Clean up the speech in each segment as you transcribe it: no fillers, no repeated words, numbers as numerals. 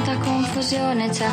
tanta confusione, c'è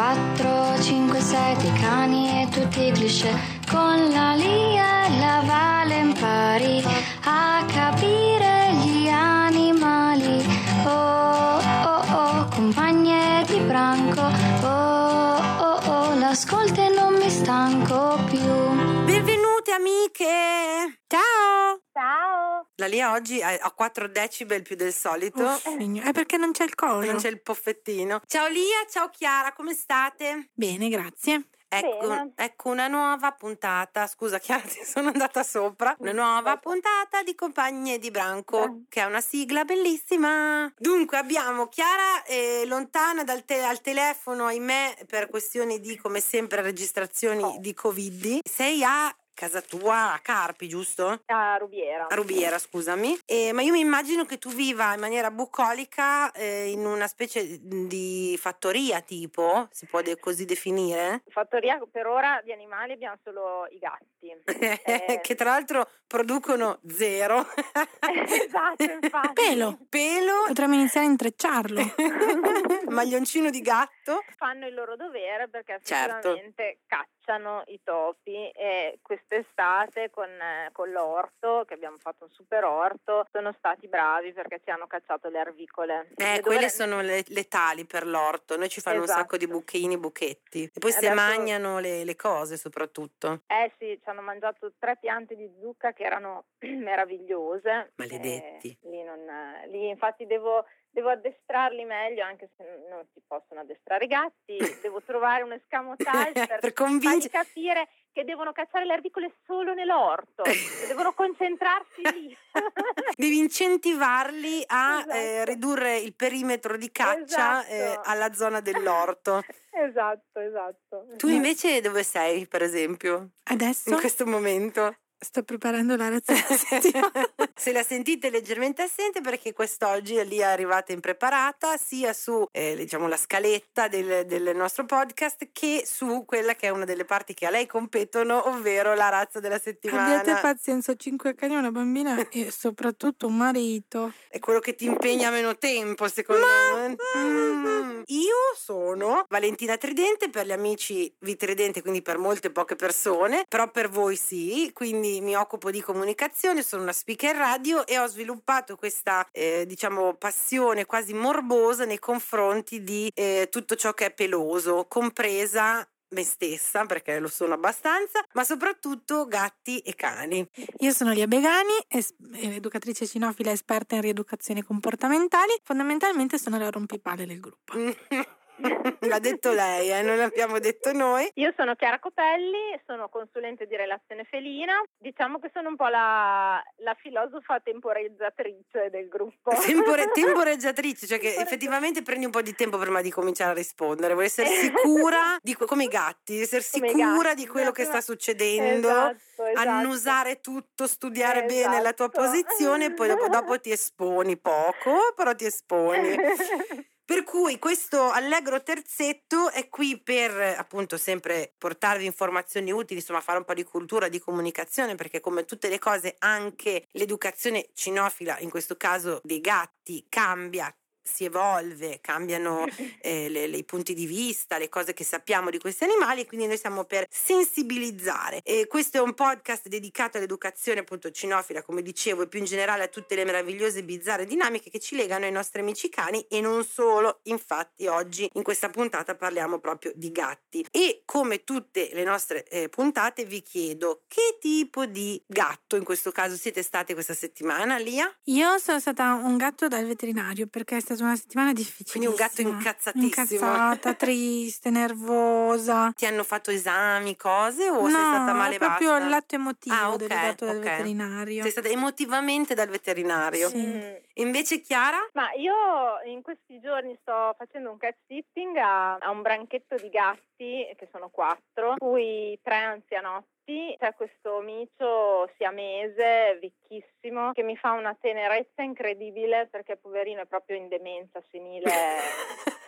4, 5, 7 cani e tutti i cliché. Con la Lia e la Vale impari a capire gli animali. Oh, oh, oh, compagne di branco. Oh, oh, oh, l'ascolto e non mi stanco più. Benvenute amiche! Ciao! Ciao! La Lia oggi ha 4 decibel più del solito. È perché non c'è il coso. Non c'è il poffettino. Ciao Lia, ciao Chiara, come state? Bene, grazie. Ecco una nuova puntata. Scusa Chiara, ti sono andata sopra. Una nuova puntata di Compagne di Branco, che è una sigla bellissima. Dunque abbiamo Chiara lontana al telefono, ahimè, per questioni di, come sempre, registrazioni di Covid. Sei a casa tua, a Carpi, giusto? A Rubiera. A Rubiera, scusami. Ma io mi immagino che tu viva in maniera bucolica in una specie di fattoria, tipo, si può così definire? Fattoria per ora di animali abbiamo solo i gatti. Che tra l'altro producono zero. Esatto, infatti. Pelo. Potremmo iniziare a intrecciarlo. Maglioncino di gatto. Fanno il loro dovere perché Certo. effettivamente cacciano i topi e quest'estate con l'orto, che abbiamo fatto un super orto, sono stati bravi perché ci hanno cacciato le arvicole. Quelle sono letali per l'orto. Noi ci fanno un sacco di buchetti. E poi si Adesso- mangiano le cose soprattutto. Sì, ci hanno mangiato 3 piante di zucca che erano meravigliose. Maledetti. Lì infatti devo addestrarli meglio, anche se non si possono addestrare i gatti. Devo trovare un escamotage per fargli capire che devono cacciare le arvicole solo nell'orto, che devono concentrarsi lì. Devi incentivarli a Esatto. ridurre il perimetro di caccia Esatto. alla zona dell'orto. Esatto. Tu invece dove sei, per esempio, Adesso in questo momento? sto preparando la razione. Se la sentite leggermente assente perché quest'oggi lì è arrivata impreparata sia su la scaletta del nostro podcast che su quella che è una delle parti che a lei competono, ovvero la razza della settimana. Abbiate pazienza, ho 5 cani, una bambina e soprattutto un marito. È quello che ti impegna meno tempo, secondo me. Io sono Valentina Tridente, per gli amici Vitridente, quindi per molte poche persone, però per voi sì, quindi mi occupo di comunicazione, sono una speaker radio e ho sviluppato questa passione quasi morbosa nei confronti di tutto ciò che è peloso, compresa me stessa, perché lo sono abbastanza, ma soprattutto gatti e cani. Io sono Lia Begani, educatrice cinofila esperta in rieducazione comportamentali. Fondamentalmente sono la rompipalle del gruppo. L'ha detto lei, non l'abbiamo detto noi. Io sono Chiara Copelli, sono consulente di relazione felina. Diciamo che sono un po' la filosofa temporeggiatrice del gruppo. Temporeggiatrice, cioè che effettivamente prendi un po' di tempo prima di cominciare a rispondere. Vuoi essere sicura come i gatti, essere sicura di quello che sta succedendo, esatto. annusare tutto, studiare bene la tua posizione e poi dopo ti esponi poco, però ti esponi. Per cui questo allegro terzetto è qui per appunto sempre portarvi informazioni utili, insomma fare un po' di cultura, di comunicazione, perché come tutte le cose anche l'educazione cinofila, in questo caso dei gatti, cambia, si evolve, cambiano i punti di vista, le cose che sappiamo di questi animali, e quindi noi siamo per sensibilizzare. E questo è un podcast dedicato all'educazione appunto cinofila, come dicevo, e più in generale a tutte le meravigliose e bizzarre dinamiche che ci legano ai nostri amici cani e non solo. Infatti oggi in questa puntata parliamo proprio di gatti e come tutte le nostre puntate vi chiedo che tipo di gatto in questo caso siete state questa settimana, Lia? Io sono stata un gatto dal veterinario perché è stata una settimana difficilissima. Quindi un gatto incazzatissimo. Incazzata, triste, nervosa. Ti hanno fatto esami, cose o No, sei stata male è proprio basta? il lato emotivo ok, del gatto del ok. veterinario. Sei stata emotivamente dal veterinario. Sì. Invece Chiara? Ma io in questi giorni sto facendo un cat sitting a un branchetto di gatti, che sono 4, cui 3 anzianotti. C'è questo micio siamese vecchissimo che mi fa una tenerezza incredibile perché poverino è proprio in demenza senile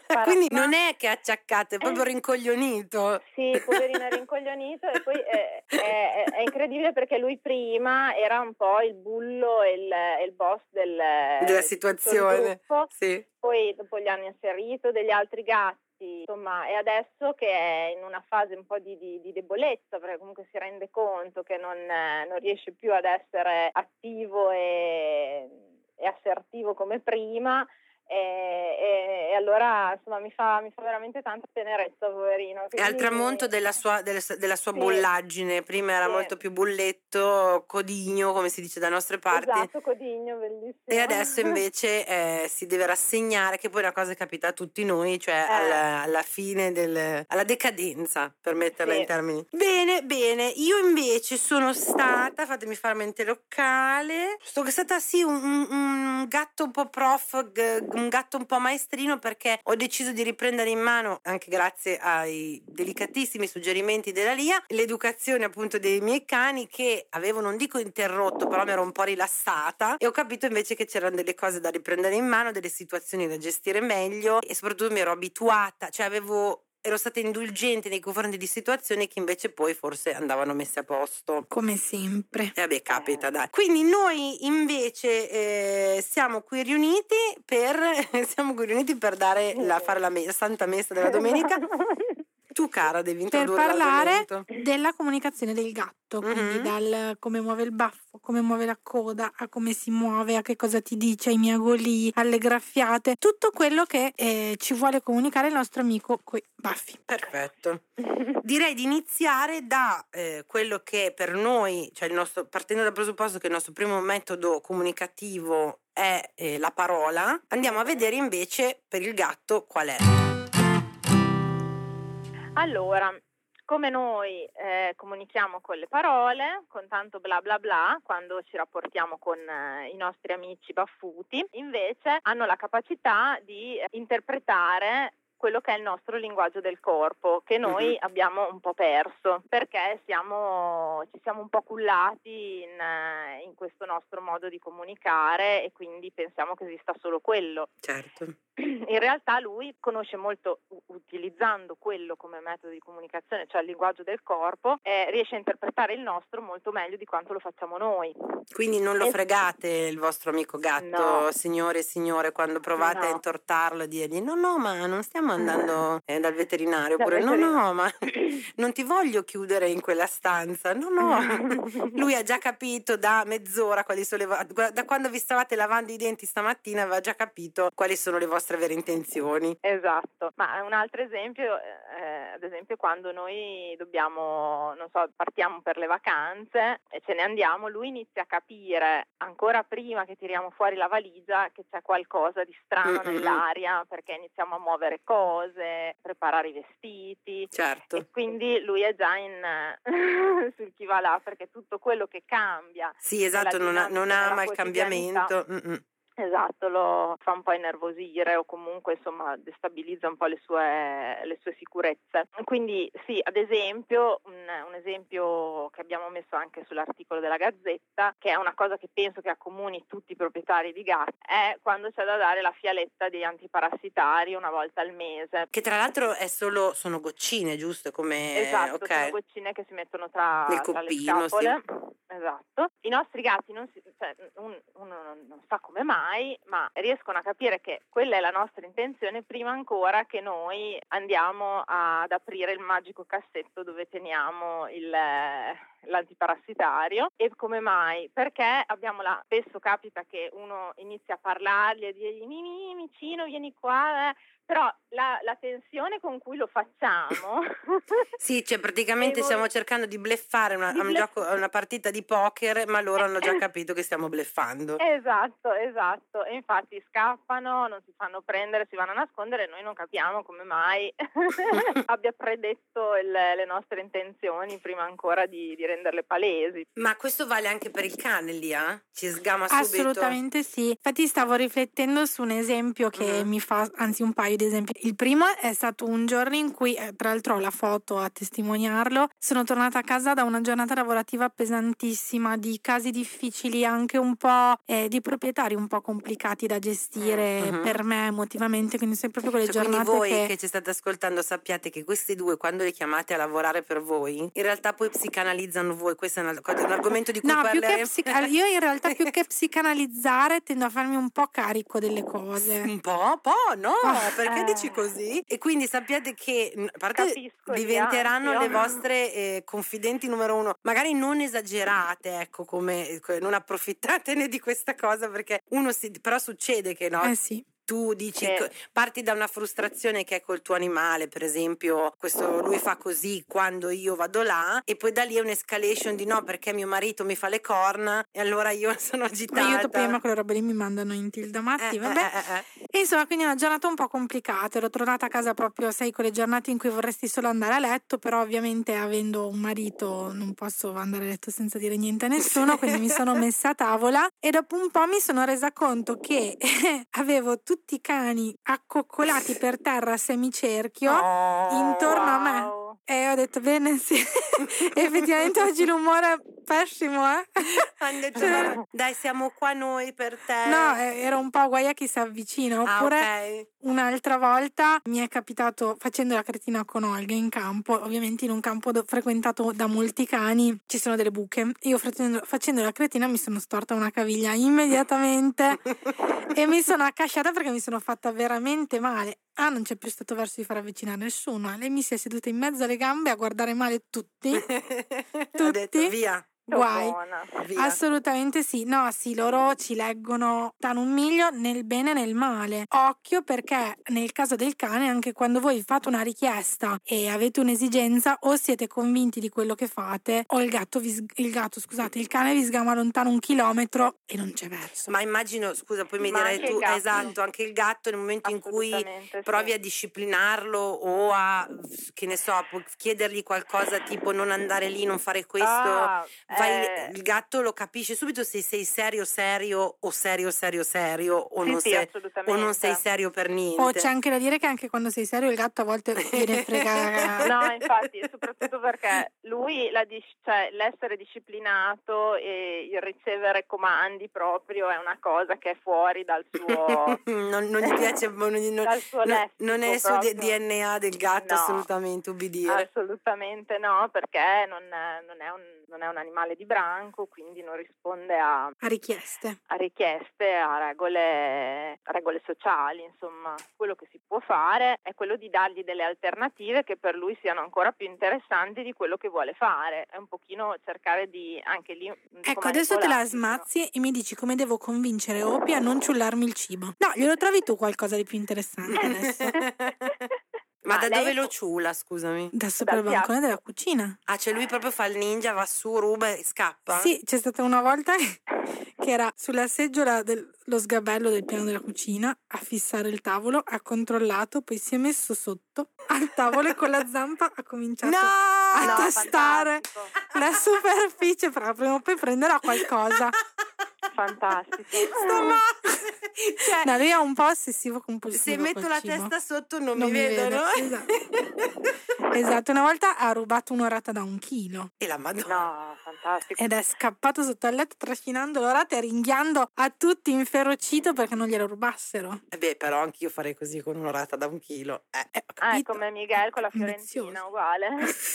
Quindi non è che è acciaccato, è proprio rincoglionito. Sì, poverino, è rincoglionito. E poi è incredibile perché lui prima era un po' il bullo e il boss della situazione. Sì. Poi dopo gli hanno inserito degli altri gatti, insomma, e adesso che è in una fase un po' di debolezza, perché comunque si rende conto che non riesce più ad essere attivo e assertivo come prima. E allora insomma mi fa veramente tanta tenerezza, poverino. È al tramonto della sua bollaggine. Prima era molto più bulletto, codigno, come si dice da nostre parti. Esatto, codigno, bellissimo. E adesso invece si deve rassegnare, che poi è una cosa che capita a tutti noi, cioè alla fine alla decadenza, per metterla in termini. Bene, io invece sono stata, fatemi fare mente locale, sono stata un gatto un po' un gatto un po' maestrino, perché ho deciso di riprendere in mano, anche grazie ai delicatissimi suggerimenti della Lia, l'educazione appunto dei miei cani, che avevo, non dico interrotto, però mi ero un po' rilassata, e ho capito invece che c'erano delle cose da riprendere in mano, delle situazioni da gestire meglio, e soprattutto mi ero abituata, cioè ero stata indulgente nei confronti di situazioni che invece poi forse andavano messe a posto. Come sempre. E vabbè, capita, dai. Quindi noi invece siamo qui riuniti per fare la Santa Messa della domenica. Tu, cara, devi introdurre per parlare l'argomento della comunicazione del gatto, quindi dal come muove il baffo, come muove la coda, a come si muove, a che cosa ti dice, ai miagoli, alle graffiate, tutto quello che ci vuole comunicare il nostro amico coi baffi. Perfetto. Direi di iniziare da quello che per noi, cioè partendo dal presupposto che il nostro primo metodo comunicativo è la parola, andiamo a vedere invece per il gatto qual è. Allora, come noi comunichiamo con le parole, con tanto bla bla bla, quando ci rapportiamo con i nostri amici baffuti, invece hanno la capacità di interpretare quello che è il nostro linguaggio del corpo, che noi abbiamo un po' perso, perché ci siamo un po' cullati in questo nostro modo di comunicare, e quindi pensiamo che esista solo quello. Certo. In realtà lui conosce molto, utilizzando quello come metodo di comunicazione, cioè il linguaggio del corpo, riesce a interpretare il nostro molto meglio di quanto lo facciamo noi. Quindi non lo fregate il vostro amico gatto, no. Signore e signore, quando provate a intortarlo e dirgli no, ma non stiamo andando dal veterinario, oppure no, ma non ti voglio chiudere in quella stanza, no. Lui ha già capito da mezz'ora da quando vi stavate lavando i denti stamattina, aveva già capito quali sono le vostre vere intenzioni. Esatto, ma un altro esempio, ad esempio quando noi dobbiamo, partiamo per le vacanze e ce ne andiamo, lui inizia a capire ancora prima che tiriamo fuori la valigia che c'è qualcosa di strano nell'aria, perché iniziamo a muovere cose, preparare i vestiti. Certo. E quindi lui è già sul chi va là, perché tutto quello che cambia. Sì, esatto, non ama il cambiamento. Esatto, lo fa un po' innervosire, o comunque insomma destabilizza un po' le sue sicurezze. Quindi sì, ad esempio un esempio che abbiamo messo anche sull'articolo della Gazzetta, che è una cosa che penso che accomuni tutti i proprietari di gatti, è quando c'è da dare la fialetta di antiparassitari una volta al mese. Che tra l'altro sono goccine, giusto? Esatto, okay. Sono goccine che si mettono tra le scapole. Sì. Esatto. I nostri gatti uno non sa come mai, ma riescono a capire che quella è la nostra intenzione prima ancora che noi andiamo ad aprire il magico cassetto dove teniamo l'antiparassitario. E come mai? Perché spesso capita che uno inizia a parlargli e dirgli micino, vieni qua, però la tensione con cui lo facciamo sì, cioè praticamente stiamo cercando di bleffare una partita di poker, ma loro hanno già capito che stiamo bleffando. Esatto, e infatti scappano, non si fanno prendere, si vanno a nascondere, e noi non capiamo come mai abbia predetto le nostre intenzioni prima ancora di renderle palesi. Ma questo vale anche per il cane, Lia? Ci sgama subito? Assolutamente sì. Infatti stavo riflettendo su un esempio che mi fa, anzi un paio paio di esempi. Il primo è stato un giorno in cui, tra l'altro ho la foto a testimoniarlo, sono tornata a casa da una giornata lavorativa pesantissima, di casi difficili, anche un po' di proprietari un po' complicati da gestire per me emotivamente, quindi sempre proprio quelle giornate quindi voi che ci state ascoltando sappiate che questi due, quando li chiamate a lavorare per voi, in realtà poi psicanalizzano voi. Questo è un argomento di cui parleremo. Io in realtà più che psicanalizzare tendo a farmi un po' carico delle cose. Un po'? No, perché dici così? E quindi sappiate che a parte diventeranno le vostre confidenti numero uno. Magari non esagerate, ecco, come non approfittatene di questa cosa, perché però succede che no. Sì. Tu dici, parti da una frustrazione che è col tuo animale, per esempio, lui fa così quando io vado là, e poi da lì è un'escalation di no, perché mio marito mi fa le corna e allora io sono agitata. Aiuto, prima quelle robe lì mi mandano in Tilda Matti, vabbè. E insomma, quindi è una giornata un po' complicata. Ero tornata a casa proprio, sai, quelle giornate in cui vorresti solo andare a letto, però ovviamente avendo un marito non posso andare a letto senza dire niente a nessuno, quindi mi sono messa a tavola e dopo un po' mi sono resa conto che avevo tutti i cani accoccolati per terra a semicerchio intorno a me, e ho detto bene, sì. Effettivamente oggi l'umore è pessimo, Hanno detto dai, siamo qua noi per te. No, era un po' guai a chi si avvicina. Oppure un'altra volta mi è capitato, facendo la cretina con Olga in campo, ovviamente in un campo frequentato da molti cani ci sono delle buche. Io facendo la cretina mi sono storta una caviglia immediatamente e mi sono accasciata perché mi sono fatta veramente male. Non c'è più stato verso di far avvicinare nessuno. Lei mi si è seduta in mezzo alle gambe a guardare male tutti. Ha detto via. Guai, assolutamente sì. No, sì, loro ci leggono tan un miglio nel bene e nel male. Occhio, perché nel caso del cane, anche quando voi fate una richiesta e avete un'esigenza, o siete convinti di quello che fate, o il cane vi sgama lontano 1 chilometro e non c'è verso. Ma immagino, scusa, poi mi dirai tu, esatto, anche il gatto nel momento in cui provi a disciplinarlo o a, che ne so, chiedergli qualcosa tipo non andare lì, non fare questo, il gatto lo capisce subito se sei serio o serio o non sei serio per niente. O c'è anche da dire che anche quando sei serio il gatto a volte viene fregato. No, infatti, soprattutto perché lui l'essere disciplinato e il ricevere comandi proprio è una cosa che è fuori dal suo non gli piace, dal suo lessico, non è il suo DNA del gatto, no, assolutamente ubbidire. Assolutamente no, perché non è un animale di branco, quindi non risponde a richieste, a regole sociali. Insomma, quello che si può fare è quello di dargli delle alternative che per lui siano ancora più interessanti di quello che vuole fare. È un pochino cercare di anche lì. Ecco, adesso te la smazzi e mi dici come devo convincere Opi a non ciullarmi il cibo. No, glielo trovi tu qualcosa di più interessante adesso? Ma da dove lo ciula, scusami? Da sopra il bancone della cucina. Cioè lui proprio fa il ninja, va su, ruba e scappa? Sì, c'è stata una volta che era sulla seggiola dello sgabello del piano della cucina a fissare il tavolo, ha controllato, poi si è messo sotto al tavolo e con la zampa ha cominciato a tastare la superficie, però prima o poi prenderà qualcosa. Fantastico. No, lui è un po' ossessivo compulsivo. Se metto la testa sotto non mi vedono. Esatto, una volta ha rubato un'orata da 1 chilo. E la Madonna. No, fantastico. Ed è scappato sotto al letto trascinando l'orata e ringhiando a tutti inferocito perché non glielo rubassero. Però anch'io farei così con un'orata da 1 chilo. È come Miguel con la Fiorentina, uguale.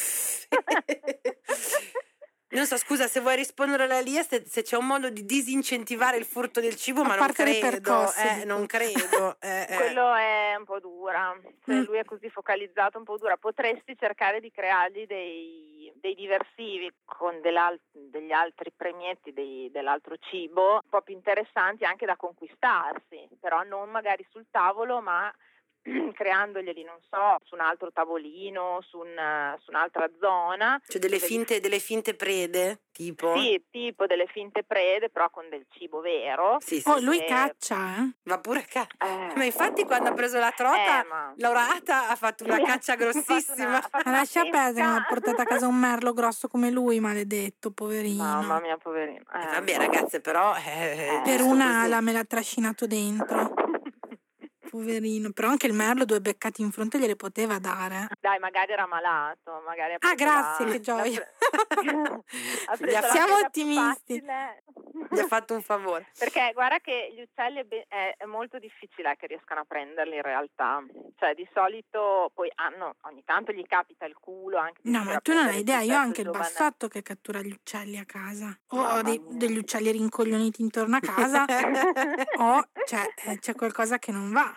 Non so, scusa, se vuoi rispondere alla Lia, se c'è un modo di disincentivare il furto del cibo, ma non credo. Non credo. Quello è un po' dura. Se lui è così focalizzato, un po' dura. Potresti cercare di creargli dei diversivi con degli altri premietti, dell'altro cibo, un po' più interessanti anche da conquistarsi, però non magari sul tavolo, ma creandoglieli, non so, su un altro tavolino, su un'altra zona. Cioè delle finte prede, tipo? Sì, tipo delle finte prede, però con del cibo vero. Sì, lui caccia, Va pure Ma infatti quando ha preso la trota, l'orata ha fatto una caccia grossissima. Lascia perdere, ha portato a casa un merlo grosso come lui, maledetto, poverino. Mamma mia, poverino. Vabbè ragazze, però per un'ala me l'ha trascinato dentro. poverino. Però anche il merlo 2 beccati in fronte gliele poteva dare. Dai, magari era malato, magari grazie, che gioia. Siamo ottimisti. Gli ha fatto un favore. Perché guarda che gli uccelli è molto difficile che riescano a prenderli in realtà. Cioè di solito poi ogni tanto gli capita il culo anche. No, ma tu non hai idea, io ho anche il bassotto che cattura gli uccelli a casa. Ho degli uccelli rincoglioniti intorno a casa. O c'è qualcosa che non va.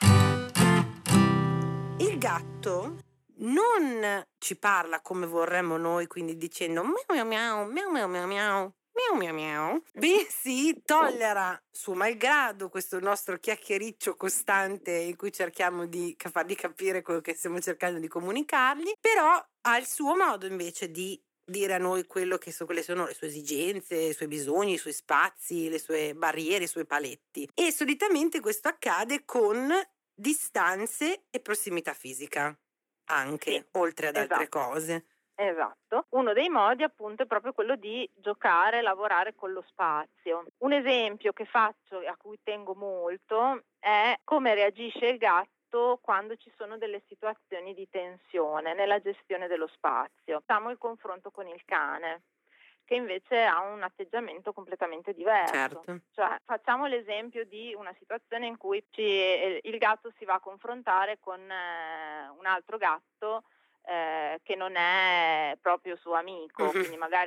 Il gatto non ci parla come vorremmo noi, quindi dicendo miau miau miau miau miau miau miau miau miau, bensì tollera suo malgrado questo nostro chiacchiericcio costante in cui cerchiamo di fargli capire quello che stiamo cercando di comunicargli, però ha il suo modo invece di dire a noi quelle sono le sue esigenze, i suoi bisogni, i suoi spazi, le sue barriere, i suoi paletti. E solitamente questo accade con distanze e prossimità fisica anche, sì, oltre ad altre cose. Esatto. Uno dei modi appunto è proprio quello di giocare, lavorare con lo spazio. Un esempio che faccio, a cui tengo molto, è come reagisce il gatto quando ci sono delle situazioni di tensione nella gestione dello spazio. Facciamo il confronto con il cane, che invece ha un atteggiamento completamente diverso. Certo. Cioè, facciamo l'esempio di una situazione in cui il gatto si va a confrontare con un altro gatto che non è proprio suo amico, quindi magari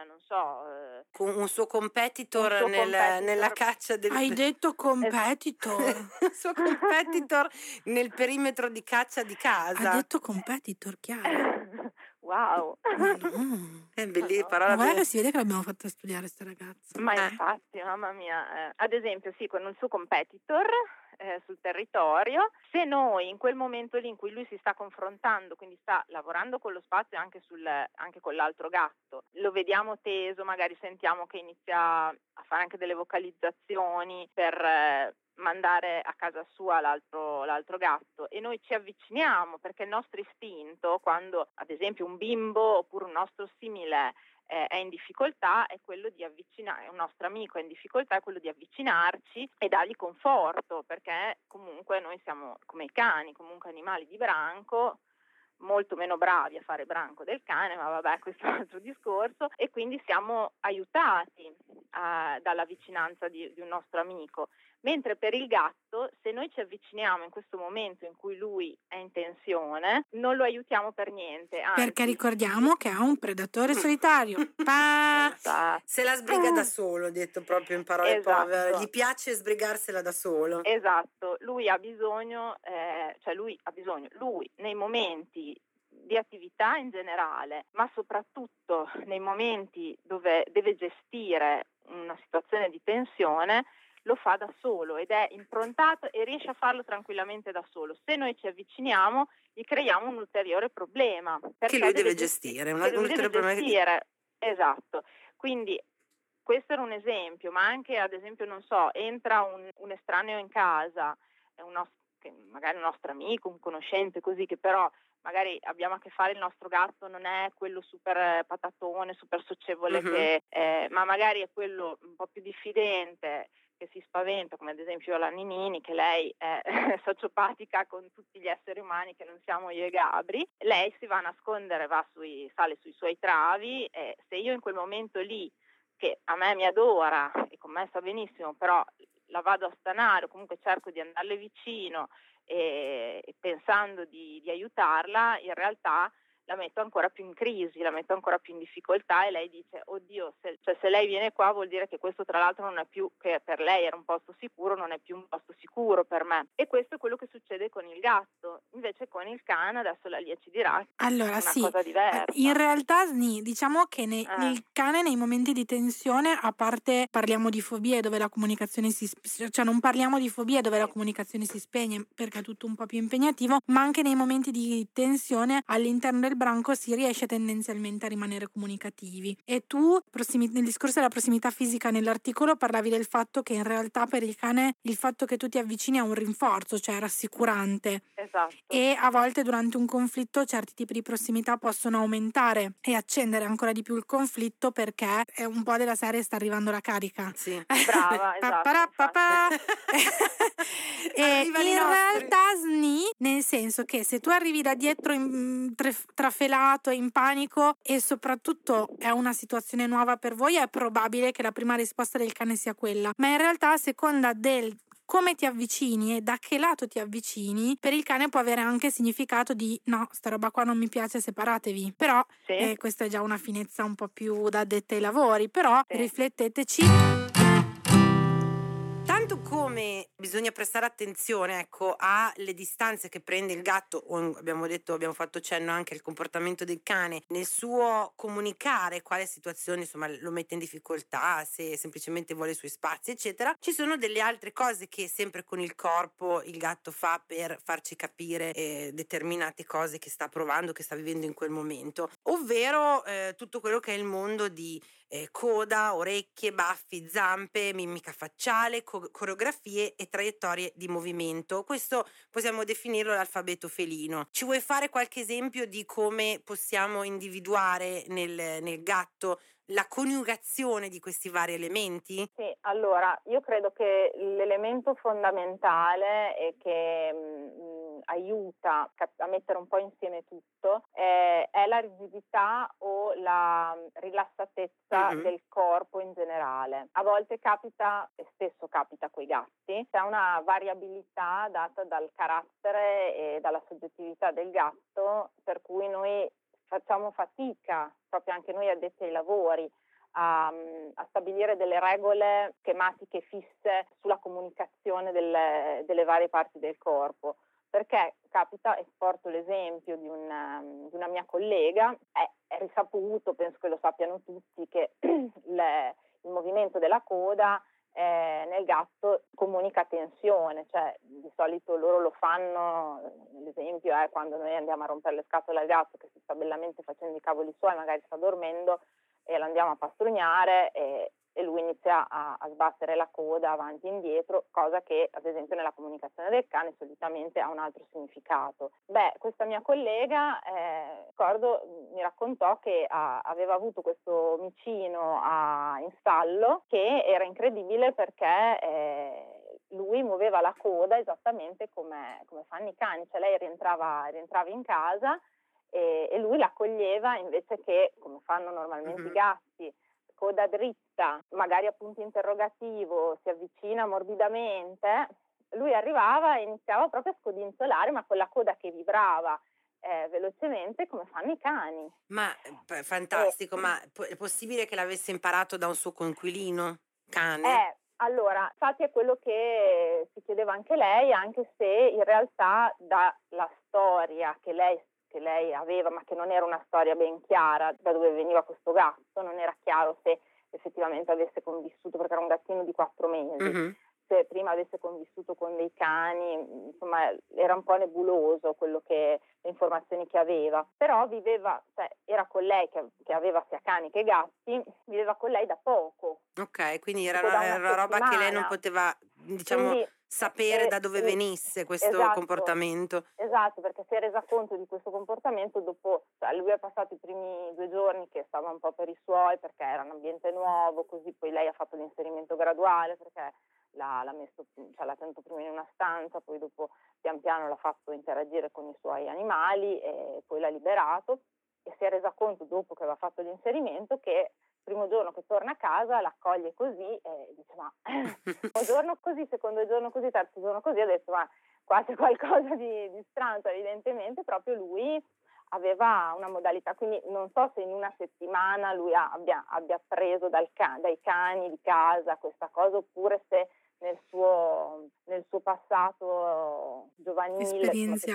con un suo competitor, nella caccia del... Hai detto competitor? Un suo competitor nel perimetro di caccia di casa. Ha detto competitor, chiaro. Wow. È bellissima parola. Ma guarda che si vede che l'abbiamo fatta studiare sta ragazza. Ma infatti, mamma mia. Ad esempio, sì, con un suo competitor sul territorio, se noi in quel momento lì in cui lui si sta confrontando, quindi sta lavorando con lo spazio anche con l'altro gatto, lo vediamo teso, magari sentiamo che inizia a fare anche delle vocalizzazioni per mandare a casa sua l'altro gatto, e noi ci avviciniamo perché il nostro istinto, quando ad esempio un bimbo oppure un nostro simile è in difficoltà, è quello di avvicinare, un nostro amico è in difficoltà, è quello di avvicinarci e dargli conforto, perché comunque noi siamo come i cani, comunque animali di branco, molto meno bravi a fare branco del cane, ma vabbè, questo è un altro discorso, e quindi siamo aiutati dalla vicinanza di un nostro amico. Mentre per il gatto, se noi ci avviciniamo in questo momento in cui lui è in tensione, non lo aiutiamo per niente. Anzi, perché ricordiamo che ha un predatore solitario. Se la sbriga da solo, detto proprio in parole povere. Gli piace sbrigarsela da solo. Esatto, lui ha bisogno, lui nei momenti di attività in generale, ma soprattutto nei momenti dove deve gestire una situazione di tensione, lo fa da solo ed è improntato e riesce a farlo tranquillamente da solo. Se noi ci avviciniamo, gli creiamo un ulteriore problema. Che lui deve gestire. Esatto. Quindi questo era un esempio, ma anche ad esempio, entra un estraneo in casa, magari un nostro amico, un conoscente così, che però magari abbiamo a che fare, il nostro gatto non è quello super patatone, super socievole, ma magari è quello un po' più diffidente, che si spaventa, come ad esempio la Ninini, che lei è sociopatica con tutti gli esseri umani che non siamo io e Gabri. Lei si va a nascondere, sale sui suoi travi, e se io in quel momento lì, che a me mi adora e con me sta benissimo, però la vado a stanare o comunque cerco di andarle vicino e pensando di aiutarla, in realtà la metto ancora più in crisi, la metto ancora più in difficoltà, e lei dice: oddio, se lei viene qua vuol dire che questo tra l'altro non è più, che per lei era un posto sicuro, non è più un posto sicuro per me. E questo è quello che succede con il gatto. Invece con il cane, adesso la Lia ci dirà, allora, una cosa diversa. In realtà diciamo che il cane nei momenti di tensione, a parte parliamo di fobie dove la comunicazione non parliamo di fobie dove la comunicazione si spegne perché è tutto un po' più impegnativo, ma anche nei momenti di tensione all'interno del branco si riesce tendenzialmente a rimanere comunicativi. E tu nel discorso della prossimità fisica nell'articolo parlavi del fatto che in realtà per il cane il fatto che tu ti avvicini è un rinforzo, cioè rassicurante. Esatto. E a volte durante un conflitto certi tipi di prossimità possono aumentare e accendere ancora di più il conflitto, perché è un po' della serie sta arrivando la carica. Sì. Brava, esatto. E in realtà sni, nel senso che se tu arrivi da dietro trafelato, in panico e soprattutto è una situazione nuova per voi, è probabile che la prima risposta del cane sia quella, ma in realtà a seconda del come ti avvicini e da che lato ti avvicini, per il cane può avere anche significato di no, sta roba qua non mi piace, separatevi. Però sì. questa è già una finezza un po' più da addetta ai lavori, però sì. Rifletteteci. Tanto come bisogna prestare attenzione, ecco, alle distanze che prende il gatto, o abbiamo fatto cenno anche al comportamento del cane nel suo comunicare quale situazione insomma lo mette in difficoltà, se semplicemente vuole i suoi spazi eccetera. Ci sono delle altre cose che sempre con il corpo il gatto fa per farci capire determinate cose che sta provando, che sta vivendo in quel momento, ovvero tutto quello che è il mondo di coda, orecchie, baffi, zampe, mimica facciale, coreografie e traiettorie di movimento. Questo possiamo definirlo l'alfabeto felino. Ci vuoi fare qualche esempio di come possiamo individuare nel gatto la coniugazione di questi vari elementi? Sì, allora io credo che l'elemento fondamentale e che aiuta a mettere un po' insieme tutto è la rigidità o la rilassatezza del corpo in generale. A volte capita, e spesso capita coi gatti, c'è una variabilità data dal carattere e dalla soggettività del gatto, per cui noi facciamo fatica, proprio anche noi addetti ai lavori, a stabilire delle regole schematiche fisse sulla comunicazione delle varie parti del corpo, perché capita, e porto l'esempio di una mia collega, è risaputo, penso che lo sappiano tutti, che il movimento della coda nel gatto comunica tensione, cioè di solito loro lo fanno, l'esempio è quando noi andiamo a rompere le scatole al gatto che si sta bellamente facendo i cavoli suoi, magari sta dormendo, e lo andiamo a pastrugnare e lui inizia a sbattere la coda avanti e indietro, cosa che ad esempio nella comunicazione del cane solitamente ha un altro significato. Questa mia collega, ricordo, mi raccontò che aveva avuto questo micino in stallo che era incredibile perché lui muoveva la coda esattamente come fanno i cani, cioè lei rientrava in casa e lui l'accoglieva invece che, come fanno normalmente i gatti, coda dritta, magari a punto interrogativo, si avvicina morbidamente, lui arrivava e iniziava proprio a scodinzolare, ma con la coda che vibrava velocemente come fanno i cani. Ma fantastico, ma è possibile che l'avesse imparato da un suo coinquilino cane? Allora, infatti è quello che si chiedeva anche lei, anche se in realtà dalla storia che lei aveva, ma che non era una storia ben chiara da dove veniva questo gatto, non era chiaro se effettivamente avesse convissuto, perché era un gattino di 4 mesi, se prima avesse convissuto con dei cani, insomma era un po' nebuloso le informazioni che aveva, però viveva, cioè era con lei che aveva sia cani che gatti, viveva con lei da poco. Ok, quindi era una roba che lei non poteva, diciamo, quindi, sapere da dove venisse questo comportamento. Esatto, perché si è resa conto di questo comportamento dopo, cioè lui ha passato i primi 2 giorni che stava un po' per i suoi perché era un ambiente nuovo, così poi lei ha fatto l'inserimento graduale perché l'ha tenuto prima in una stanza, poi dopo pian piano l'ha fatto interagire con i suoi animali e poi l'ha liberato, e si è resa conto dopo che aveva fatto l'inserimento che il primo giorno che torna a casa l'accoglie così e dice ma primo giorno così, secondo giorno così, terzo giorno così, ha detto ma qua c'è qualcosa di strano, evidentemente proprio lui aveva una modalità, quindi non so se in una settimana lui abbia preso dai cani di casa questa cosa, oppure se nel suo passato giovanile,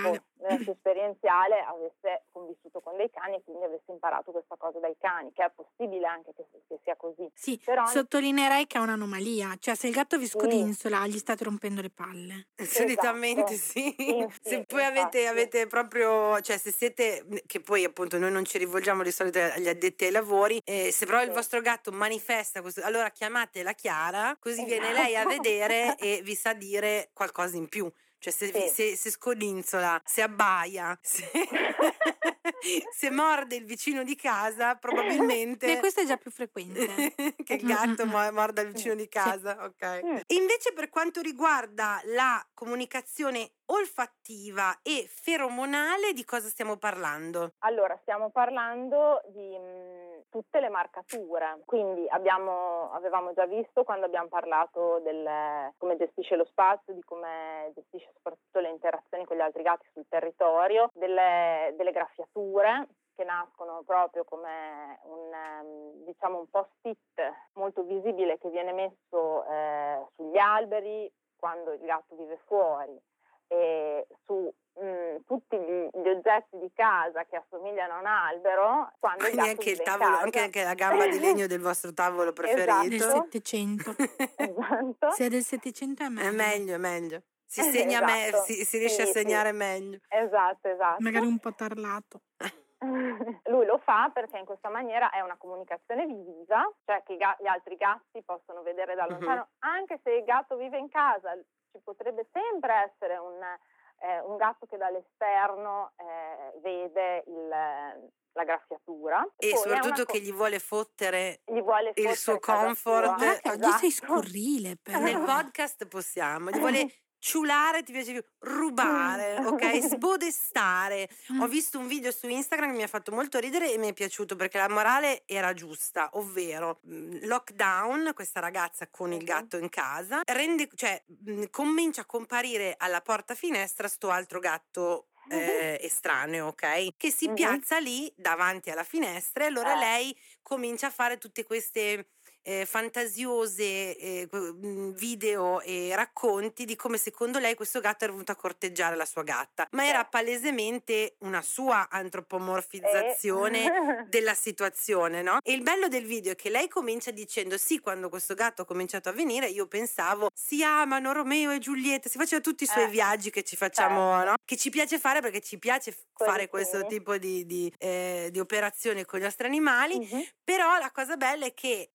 nella sua esperienziale avesse convissuto con dei cani e quindi avesse imparato questa cosa dai cani, che è possibile anche che sia così. Sì, però sottolineerei che è un'anomalia, cioè se il gatto vi scodinzola gli state rompendo le palle. Solitamente sì. Se poi avete proprio, cioè se siete, che poi appunto noi non ci rivolgiamo di solito agli addetti ai lavori, se però il vostro gatto manifesta questo, allora chiamate la Chiara, così viene lei a vedere e vi sa dire qualcosa in più. Cioè se scodinzola, se abbaia, se morde il vicino di casa, probabilmente E questo è già più frequente. che il gatto morda il vicino di casa, ok. Invece per quanto riguarda la comunicazione olfattiva e feromonale, di cosa stiamo parlando? Allora, stiamo parlando di tutte le marcature, quindi avevamo già visto quando abbiamo parlato del come gestisce lo spazio, di come gestisce soprattutto le interazioni con gli altri gatti sul territorio, delle graffiature che nascono proprio come un post-it molto visibile che viene messo sugli alberi quando il gatto vive fuori, e su tutti gli oggetti di casa che assomigliano a un albero quando il gatto anche vive il tavolo, in casa. anche la gamba di legno del vostro tavolo preferito. Esatto. Del 700. Esatto. Se è del 700 è meglio. È meglio. Si segna esatto. si riesce a segnare meglio. Esatto. Magari un po' tarlato. Lui lo fa perché in questa maniera è una comunicazione visiva, cioè che gli altri gatti possono vedere da lontano, anche se il gatto vive in casa, ci potrebbe sempre essere un gatto che dall'esterno vede la graffiatura. E poi soprattutto che gli vuole fottere il suo casa comfort. sua. Che oggi sei scurrile, però. Nel podcast possiamo, gli vuole ciulare, ti piace più, rubare, ok? Spodestare. Ho visto un video su Instagram che mi ha fatto molto ridere e mi è piaciuto perché la morale era giusta, ovvero lockdown, questa ragazza con il gatto in casa, comincia a comparire alla porta finestra sto altro gatto estraneo, ok? Che si piazza lì davanti alla finestra e allora lei comincia a fare tutte queste fantasiose video e racconti di come secondo lei questo gatto era venuto a corteggiare la sua gatta, ma era palesemente una sua antropomorfizzazione della situazione, no? E il bello del video è che lei comincia dicendo sì, quando questo gatto ha cominciato a venire io pensavo si amano Romeo e Giulietta, si faceva tutti i suoi viaggi che ci facciamo, no? Che ci piace fare perché ci piace fare questo tipo di operazione con gli nostri animali, però la cosa bella è che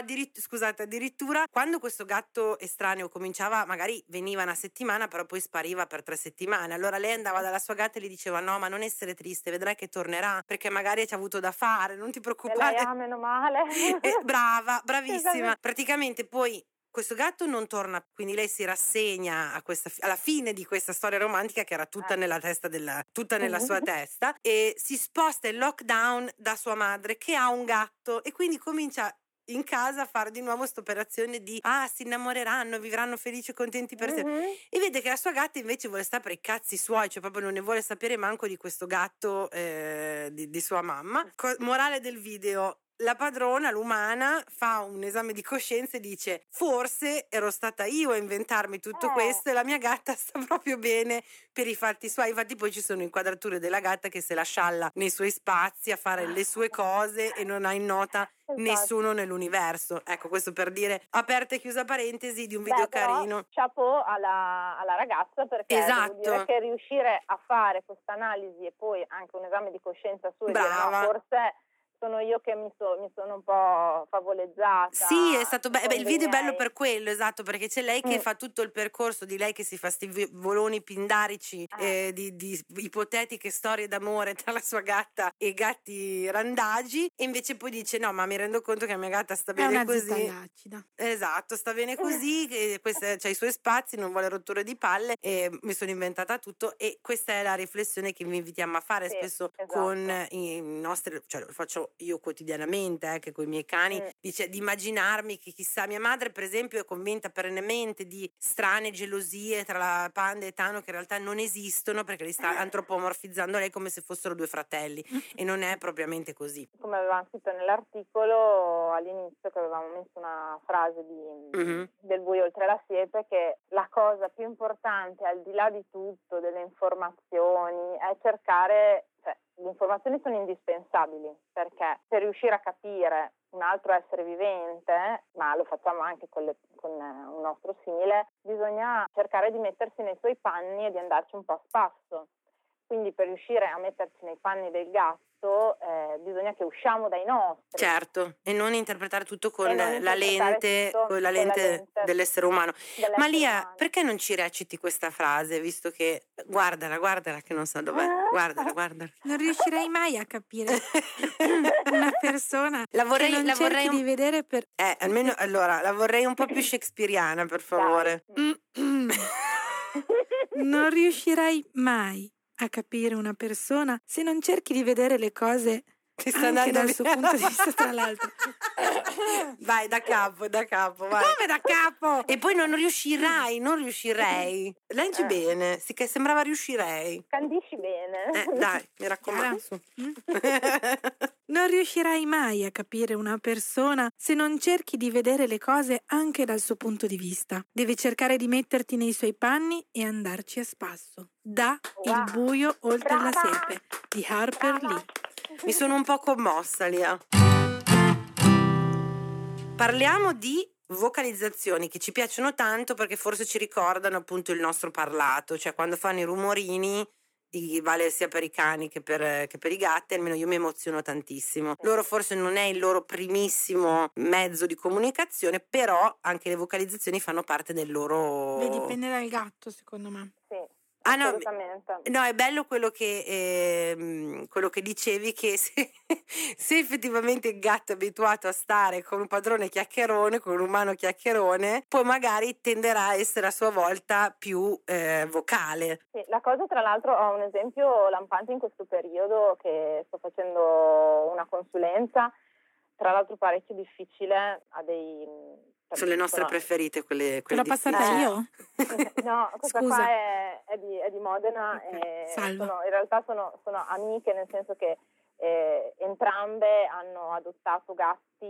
addirittura quando questo gatto estraneo cominciava, magari veniva una settimana però poi spariva per 3 settimane, allora lei andava dalla sua gatta e gli diceva no, ma non essere triste, vedrai che tornerà perché magari ci ha avuto da fare, non ti preoccupare. E lei, meno male. Bravissima. Praticamente poi questo gatto non torna, quindi lei si rassegna alla fine di questa storia romantica che era tutta nella testa tutta nella sua testa, e si sposta in lockdown da sua madre che ha un gatto e quindi comincia in casa a fare di nuovo questa operazione di si innamoreranno, vivranno felici e contenti per sempre, e vede che la sua gatta invece vuole stare per i cazzi suoi, cioè proprio non ne vuole sapere manco di questo gatto di sua mamma. Morale del video: la padrona, l'umana, fa un esame di coscienza e dice forse ero stata io a inventarmi tutto questo e la mia gatta sta proprio bene per i fatti suoi. Infatti poi ci sono inquadrature della gatta che se la scialla nei suoi spazi a fare le sue cose e non ha in nota nessuno nell'universo. Ecco, questo per dire, aperta e chiusa parentesi, di un video carino. Chapeau alla ragazza, perché devo dire che riuscire a fare questa analisi e poi anche un esame di coscienza su e dire no, forse sono io che mi sono un po' favoleggiata. Sì, è stato il video è bello per quello, esatto, perché c'è lei che fa tutto il percorso di lei che si fa sti voloni pindarici di ipotetiche storie d'amore tra la sua gatta e gatti randagi, e invece poi dice no, ma mi rendo conto che la mia gatta sta bene così. Esatto, sta bene così, che c'ha i suoi spazi, non vuole rotture di palle e mi sono inventata tutto, e questa è la riflessione che vi invitiamo a fare spesso con i nostri, cioè lo faccio io quotidianamente anche con i miei cani, dice di immaginarmi che chissà, mia madre per esempio è convinta perennemente di strane gelosie tra la Panda e Tano che in realtà non esistono, perché li sta antropomorfizzando lei come se fossero due fratelli e non è propriamente così. Come avevamo scritto nell'articolo all'inizio, che avevamo messo una frase del buio oltre la siepe, che la cosa più importante al di là di tutto, delle informazioni, è cercare, cioè le informazioni sono indispensabili, perché per riuscire a capire un altro essere vivente, ma lo facciamo anche con un nostro simile, bisogna cercare di mettersi nei suoi panni e di andarci un po' a spasso. Quindi per riuscire a metterci nei panni del gatto bisogna che usciamo dai nostri. Certo, e non interpretare tutto con la lente dell'essere umano. Ma Lia, perché non ci reciti questa frase, visto che guardala che non so dov'è, guardala. Non riuscirei mai a capire una persona la vorrei di vedere per... almeno allora, la vorrei un po' più shakespeariana, per favore. Non riuscirai mai a capire una persona se non cerchi di vedere le cose anche dal suo punto di vista, tra l'altro. Vai, da capo, vai. Come da capo? E poi non riuscirei. Leggi bene, sì, che sembrava riuscirei. Scandisci bene. Dai, mi raccomando. Non riuscirai mai a capire una persona se non cerchi di vedere le cose anche dal suo punto di vista. Devi cercare di metterti nei suoi panni e andarci a spasso. Il buio oltre la siepe di Harper Lee. Mi sono un po' commossa, Lia. Parliamo di vocalizzazioni che ci piacciono tanto perché forse ci ricordano appunto il nostro parlato, cioè quando fanno i rumorini, vale sia per i cani che per i gatti, almeno io mi emoziono tantissimo. Loro forse non è il loro primissimo mezzo di comunicazione, però anche le vocalizzazioni fanno parte del loro... Beh, dipende dal gatto, secondo me. Sì. Assolutamente. No, è bello quello che dicevi, che se effettivamente il gatto è abituato a stare con un padrone chiacchierone, con un umano chiacchierone, poi magari tenderà a essere a sua volta più vocale. Sì, la cosa, tra l'altro, ho un esempio lampante in questo periodo che sto facendo una consulenza, tra l'altro parecchio difficile, sono le nostre preferite, quelle l'ho passata io? No, questa Scusa. qua è di Modena. In realtà sono amiche, nel senso che entrambe hanno adottato gatti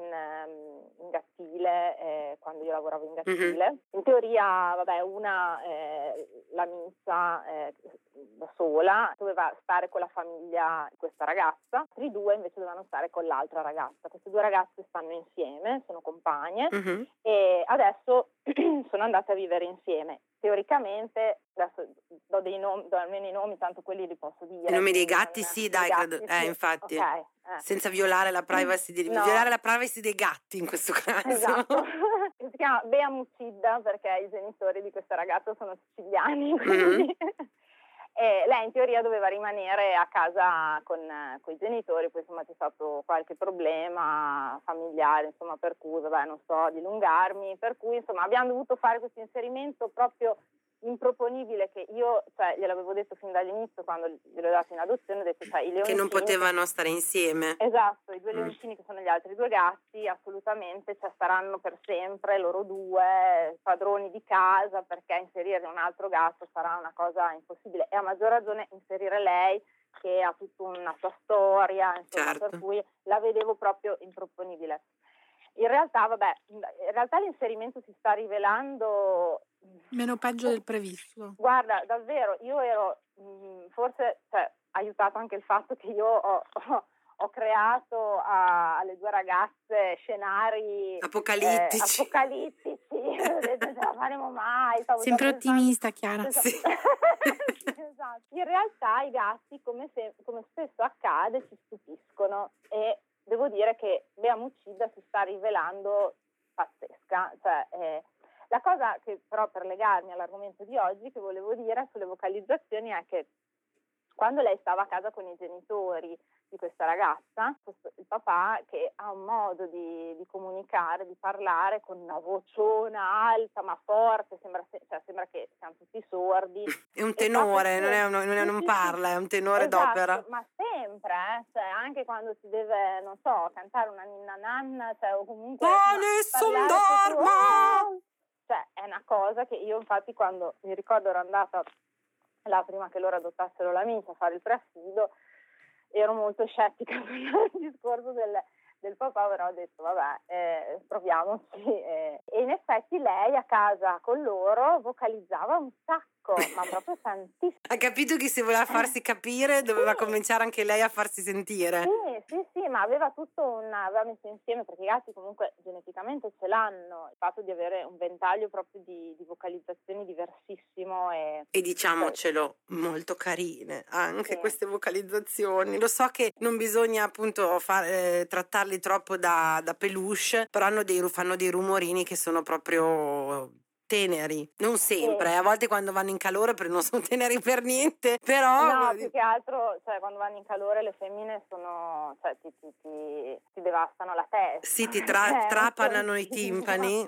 in gattile quando io lavoravo in gattile. In teoria, una l'amica da sola doveva stare con la famiglia di questa ragazza, altri due invece dovevano stare con l'altra ragazza. Queste due ragazze stanno insieme, sono compagne e adesso sono andate a vivere insieme. Teoricamente, adesso do almeno i nomi, tanto quelli li posso dire. I nomi dei gatti sì, dai, credo. Sì. Infatti. Okay. Senza violare la privacy violare la privacy dei gatti in questo caso. Esatto. Si chiama Bea Mucidda perché i genitori di questa ragazza sono siciliani, quindi e lei in teoria doveva rimanere a casa con i genitori, poi insomma c'è stato qualche problema familiare, insomma, per cui non so dilungarmi, per cui insomma abbiamo dovuto fare questo inserimento proprio improponibile, che io gliel'avevo detto fin dall'inizio quando gliel'ho dato in adozione, ho detto i leoncini, che non potevano stare insieme. Esatto, i due leoncini che sono gli altri due gatti assolutamente staranno per sempre loro due padroni di casa, perché inserire un altro gatto sarà una cosa impossibile, e a maggior ragione inserire lei che ha tutta una sua storia, insomma, certo. Per cui la vedevo proprio improponibile. In realtà l'inserimento si sta rivelando meno peggio del previsto. Guarda, davvero, io ero forse aiutato anche il fatto che io ho creato alle due ragazze scenari apocalittici. Non ce la faremo mai. Sempre ottimista, Chiara. Sì. Esatto. In realtà i gatti, come spesso accade, ci stupiscono, e devo dire che Bea Mucidda si sta rivelando pazzesca. La cosa che però, per legarmi all'argomento di oggi, che volevo dire sulle vocalizzazioni è che quando lei stava a casa con i genitori di questa ragazza, il papà che ha un modo di comunicare, di parlare con una vociona alta ma forte, sembra che siamo tutti sordi. È un tenore, non parla, è un tenore esatto, d'opera. Ma sempre, cioè anche quando si deve, non so, cantare una ninna nanna, cioè o comunque cioè è una cosa che io infatti quando mi ricordo ero andata là prima che loro adottassero la Mince a fare il preaffido, ero molto scettica sul discorso del papà, però ho detto vabbè, proviamoci. E in effetti lei a casa con loro vocalizzava un sacco, ma proprio tantissimo. Ha capito che se voleva farsi capire doveva cominciare anche lei a farsi sentire. Sì, ma aveva aveva messo insieme, perché i gatti comunque geneticamente ce l'hanno, il fatto di avere un ventaglio proprio di vocalizzazioni diversissimo. E diciamocelo, molto carine anche queste vocalizzazioni. Lo so che non bisogna appunto trattarli troppo da peluche, però fanno dei rumorini che sono proprio teneri, non sempre, a volte quando vanno in calore non sono teneri per niente, però no, più che altro, cioè quando vanno in calore le femmine sono, cioè ti devastano la testa. Sì, ti trapanano i timpani.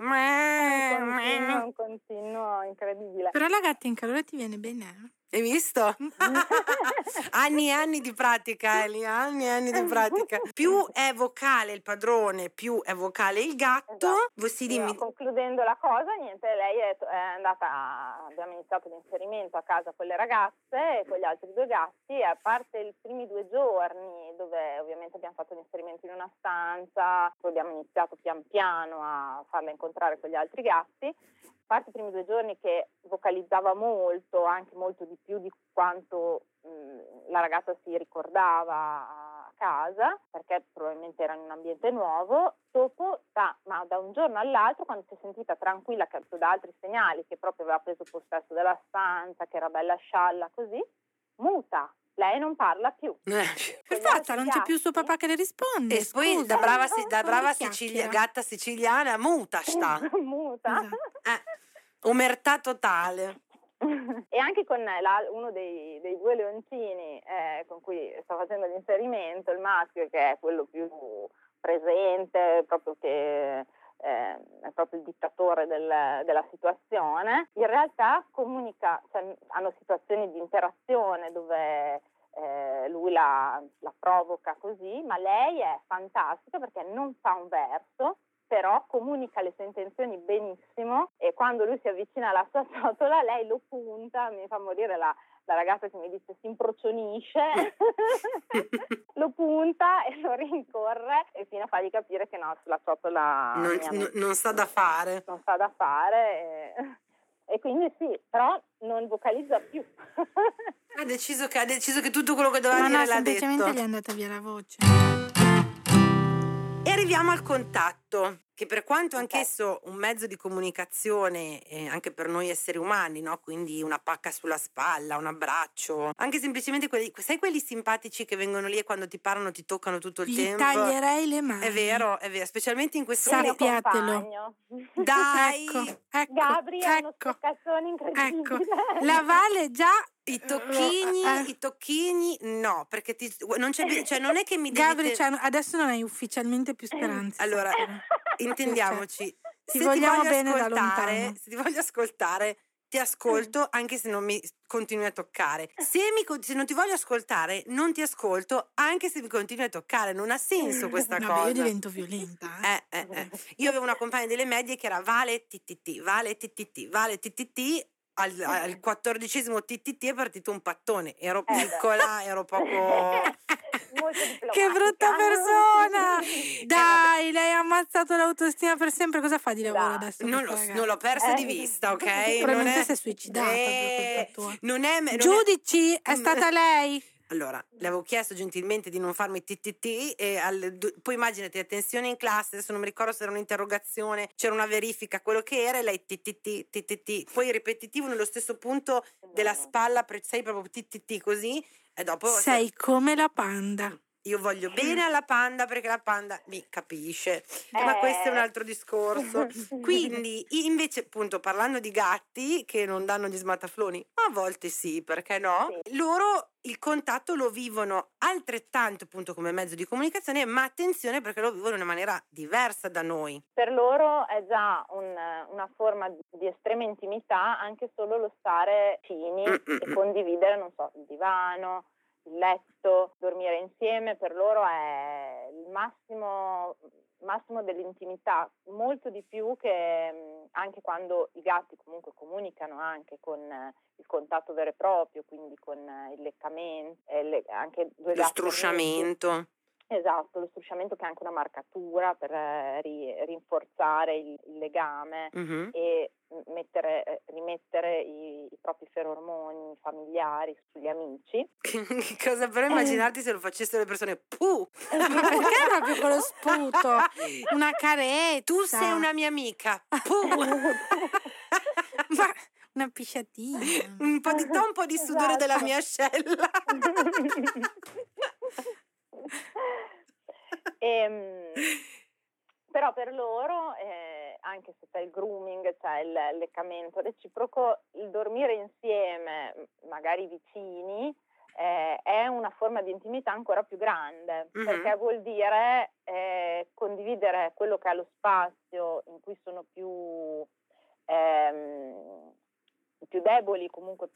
Un continuo incredibile. Però la gatta in calore ti viene bene. Hai visto? Anni e anni di pratica, Eli, anni e anni di pratica. Più è vocale il padrone, più è vocale il gatto. Esatto. Concludendo la cosa, niente, lei è andata, abbiamo iniziato l'inserimento a casa con le ragazze e con gli altri 2 gatti, e a parte i primi 2 giorni dove ovviamente abbiamo fatto l'inserimento in una stanza, poi abbiamo iniziato pian piano a farla incontrare con gli altri gatti. A parte i primi 2 giorni che vocalizzava molto, anche molto di più di quanto la ragazza si ricordava a casa, perché probabilmente era in un ambiente nuovo. Dopo, ma da un giorno all'altro, quando si è sentita tranquilla, che da altri segnali, che proprio aveva preso possesso della stanza, che era bella scialla, così, muta. Lei non parla più. Perfetta, non c'è più suo papà che le risponde. E poi da brava gatta siciliana muta sta. Muta. Omertà totale. E anche con uno dei 2 leoncini con cui sto facendo l'inserimento, il maschio, che è quello più presente, proprio che è proprio il dittatore della situazione, in realtà comunica, cioè, hanno situazioni di interazione dove lui la provoca così, ma lei è fantastica perché non fa un verso, però comunica le sue intenzioni benissimo, e quando lui si avvicina alla sua ciotola lei lo punta. Mi fa morire la ragazza che mi dice si improcionisce, lo punta e lo rincorre, e fino a fargli capire che no, sulla ciotola non sta da fare. Non sta da fare, e quindi sì, però non vocalizza più. Ha deciso che tutto quello che doveva dire l'ha detto. Semplicemente gli è andata via la voce. E arriviamo al contatto, che per quanto anch'esso un mezzo di comunicazione anche per noi esseri umani, no? Quindi una pacca sulla spalla, un abbraccio, anche semplicemente quelli simpatici che vengono lì e quando ti parlano ti toccano tutto il tempo. Gli taglierei le mani. È vero, specialmente in questo Sappiatelo. Dai, ecco, Gabri ha uno spoccazzone incredibile. Ecco, la Vale già i tocchini no, perché non c'è, cioè non è che mi Gabri, adesso non hai ufficialmente più speranze. Allora, intendiamoci, ti vogliamo bene da lontano. Se ti voglio ascoltare, ti ascolto anche se non mi continui a toccare. Se non ti voglio ascoltare, non ti ascolto anche se mi continui a toccare. Non ha senso questa cosa. Io divento violenta. Io avevo una compagna delle medie che era Vale TTT, Vale TTT, Vale TTT. Al 14° TTT è partito un pattone. Ero piccola, ero poco... Che brutta persona! Dai, lei ha ammazzato l'autostima per sempre. Cosa fa di lavoro adesso? Non l'ho perso di vista, ok? Probabilmente si è suicidata per colpa tua. Giudici, è stata lei? Allora, le avevo chiesto gentilmente di non farmi TTT e poi immaginati la tensione in classe, adesso non mi ricordo se era un'interrogazione, c'era una verifica, quello che era, e lei TTT, poi ripetitivo nello stesso punto della spalla, sei proprio TTT così, e dopo... Sei come la panda. io voglio bene alla panda perché la panda mi capisce, ma questo è un altro discorso. Quindi invece appunto parlando di gatti che non danno gli smatafloni, a volte sì, perché no? Sì. Loro il contatto lo vivono altrettanto appunto come mezzo di comunicazione, ma attenzione perché lo vivono in una maniera diversa da noi. Per loro è già una forma di estrema intimità anche solo lo stare vicini e condividere, non so, il divano, il letto, dormire insieme. Per loro è il massimo dell'intimità, molto di più che anche quando i gatti comunque comunicano anche con il contatto vero e proprio, quindi con il leccamento, anche due lo gatti strusciamento. amici. Esatto, lo strusciamento che è anche una marcatura per rinforzare il legame e rimettere i propri feromoni familiari sugli amici. Cosa però immaginarti se lo facessero le persone? Puh! Ma perché proprio con lo sputo? Una carezza. Tu sei una mia amica. Puh! Ma una pisciatina. Un po' di sudore della mia ascella. Però per loro, anche se c'è il grooming, c'è il leccamento reciproco, il dormire insieme, magari vicini, è una forma di intimità ancora più grande, perché vuol dire condividere quello che è lo spazio in cui sono più deboli, comunque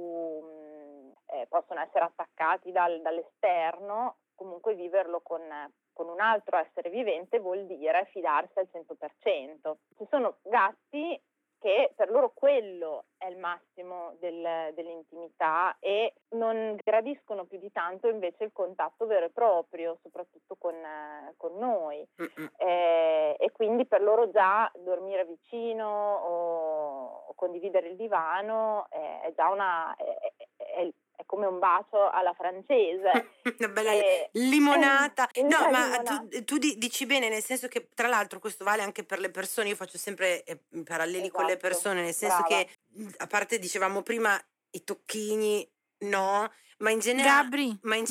possono essere attaccati dall'esterno. Comunque viverlo con un altro essere vivente vuol dire fidarsi al 100%. Ci sono gatti che per loro quello è il massimo dell'intimità e non gradiscono più di tanto invece il contatto vero e proprio, soprattutto con noi. E quindi per loro già dormire vicino o condividere il divano è già è come un bacio alla francese. Una bella limonata. No, ma tu dici bene, nel senso che tra l'altro questo vale anche per le persone. Io faccio sempre paralleli con le persone, nel senso che a parte dicevamo prima i tocchini, no, ma in generale,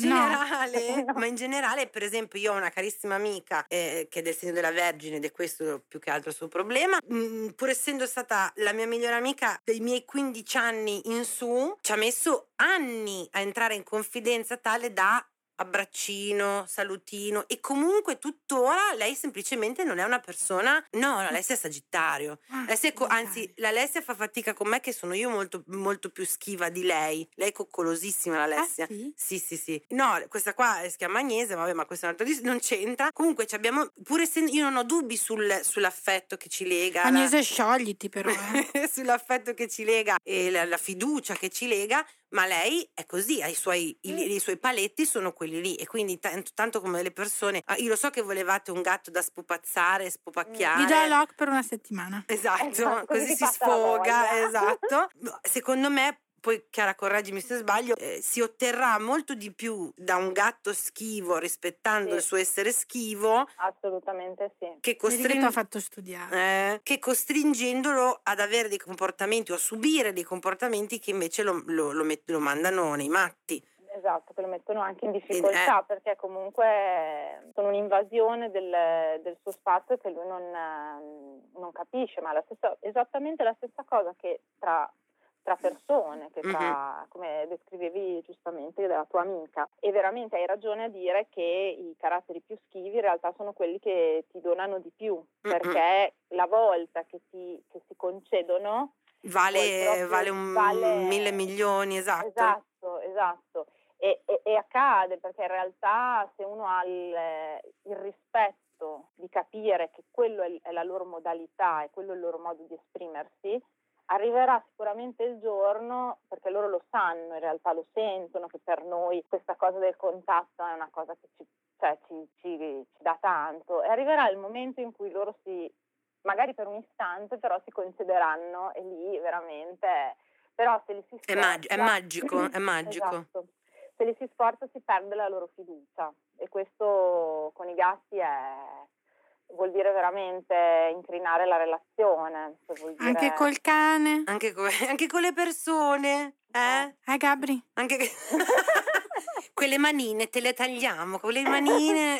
ma in generale, per esempio, io ho una carissima amica che è del segno della Vergine ed è questo più che altro il suo problema. Pur essendo stata la mia migliore amica dei miei 15 anni in su, ci ha messo anni a entrare in confidenza tale da abbraccino, salutino, e comunque tuttora lei semplicemente non è una persona, no, Alessia è Sagittario. Anzi, l'Alessia fa fatica con me che sono io molto, molto più schiva di lei. Lei è coccolosissima, l'Alessia. Sì. No, questa qua si chiama Agnese, vabbè, ma questo è un altro non c'entra. Comunque abbiamo, pur essendo, io non ho dubbi sull'affetto che ci lega. Agnese, sciogliti però. Sull'affetto che ci lega e la fiducia che ci lega, ma lei è così, i suoi paletti sono quelli lì, e quindi tanto come le persone, io lo so che volevate un gatto da spupazzare, spupacchiare, gli do Loc per una settimana, esatto, così si sfoga, esatto. Secondo me, poi Chiara correggimi se sbaglio, si otterrà molto di più da un gatto schivo, rispettando il suo essere schivo, assolutamente sì, che ha fatto studiare, che costringendolo ad avere dei comportamenti o a subire dei comportamenti che invece lo mandano nei matti. Esatto, che lo mettono anche in difficoltà, perché comunque sono un'invasione del suo spazio che lui non capisce, ma esattamente la stessa cosa che tra persone, che come descrivevi giustamente della tua amica, e veramente hai ragione a dire che i caratteri più schivi in realtà sono quelli che ti donano di più, perché la volta che si concedono vale mille milioni, esatto. E accade, perché in realtà se uno ha il rispetto di capire che quello è la loro modalità e quello è il loro modo di esprimersi, arriverà sicuramente il giorno, perché loro lo sanno, in realtà lo sentono, che per noi questa cosa del contatto è una cosa che ci dà tanto, e arriverà il momento in cui loro magari per un istante, però si concederanno, e lì veramente, però se li si sforza, è magico. Esatto. Se li si sforza si perde la loro fiducia, e questo con i gatti vuol dire veramente incrinare la relazione, vuol dire... Anche col cane, anche con le persone, Gabri, anche Quelle manine te le tagliamo, quelle manine.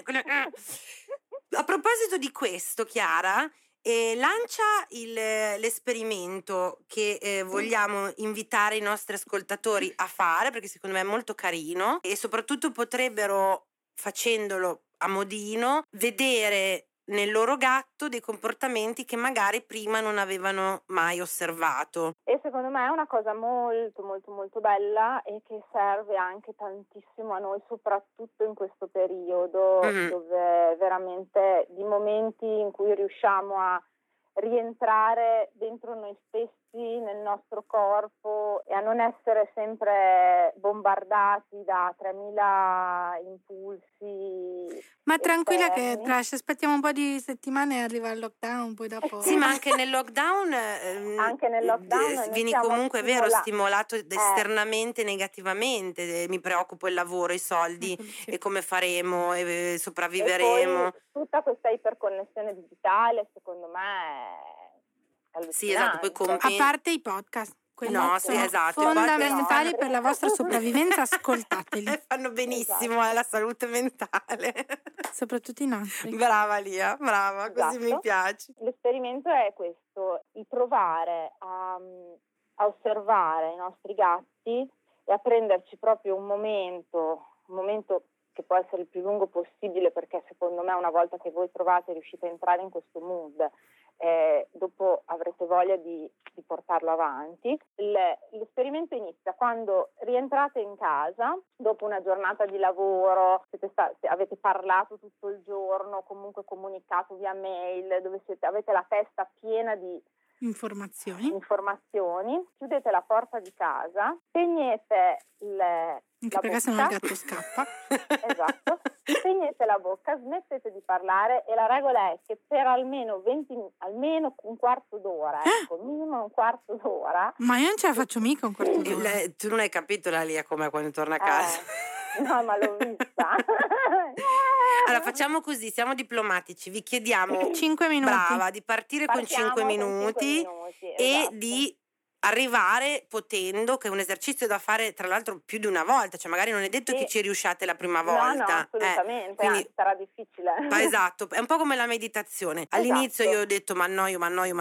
A proposito di questo, Chiara, lancia l'esperimento che vogliamo invitare i nostri ascoltatori a fare, perché secondo me è molto carino e soprattutto potrebbero, facendolo a modino, vedere nel loro gatto dei comportamenti che magari prima non avevano mai osservato. E secondo me è una cosa molto molto molto bella e che serve anche tantissimo a noi, soprattutto in questo periodo dove veramente di momenti in cui riusciamo a rientrare dentro noi stessi, nel nostro corpo e a non essere sempre bombardati da 3000 impulsi. Ma tranquilla che Trash, aspettiamo un po' di settimane e arriva il lockdown, poi dopo... Sì, ma anche nel lockdown, vieni comunque, è vero, stimolato esternamente negativamente. Mi preoccupo il lavoro, i soldi e come faremo, e sopravviveremo. E poi tutta questa iperconnessione digitale, secondo me, è allucinante. Sì, esatto, poi a parte i podcast. No, sì, esatto, fondamentali per la vostra sopravvivenza, ascoltateli. Fanno benissimo alla salute mentale, soprattutto i nostri. Brava Lia, brava, così mi piace. L'esperimento è questo, il provare a osservare i nostri gatti e a prenderci proprio un momento che può essere il più lungo possibile, perché secondo me una volta che voi trovate riuscite a entrare in questo mood, dopo avrete voglia di portarlo avanti. L'esperimento inizia quando rientrate in casa dopo una giornata di lavoro, avete parlato tutto il giorno, comunque comunicato via mail, dove avete la testa piena di informazioni, chiudete la porta di casa, spegnete anche perché sennò il gatto scappa. Esatto, spegnete la bocca, smettete di parlare e la regola è che per almeno un quarto d'ora, minimo un quarto d'ora. Ma io non ce la faccio mica un quarto d'ora. Tu non hai capito la Lia com'è quando torna a casa. No, ma l'ho vista. Allora facciamo così, siamo diplomatici, vi chiediamo 5 minuti. Brava, di partire con 5 minuti, e di arrivare potendo, che è un esercizio da fare tra l'altro più di una volta, cioè magari non è detto che ci riusciate la prima volta. No, assolutamente, quindi sarà difficile. Esatto, è un po' come la meditazione. All'inizio io ho detto ma annoio,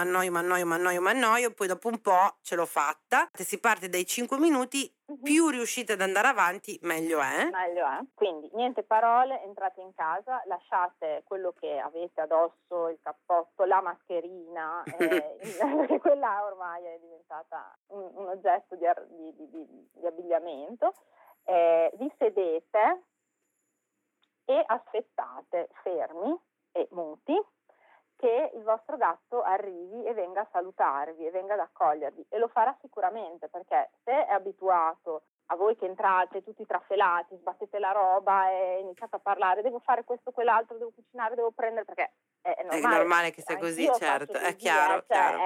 poi dopo un po' ce l'ho fatta. Se si parte dai 5 minuti, più riuscite ad andare avanti, meglio è. Quindi niente parole, entrate in casa, lasciate quello che avete addosso, il cappotto, la mascherina, perché quella ormai è diventata un oggetto di abbigliamento. Vi sedete e aspettate fermi e muti che il vostro gatto arrivi e venga a salutarvi e venga ad accogliervi, e lo farà sicuramente, perché se è abituato a voi che entrate tutti trafelati, sbattete la roba e iniziate a parlare, devo fare questo, quell'altro, devo cucinare, devo prendere, perché è normale che sia così, certo, è chiaro.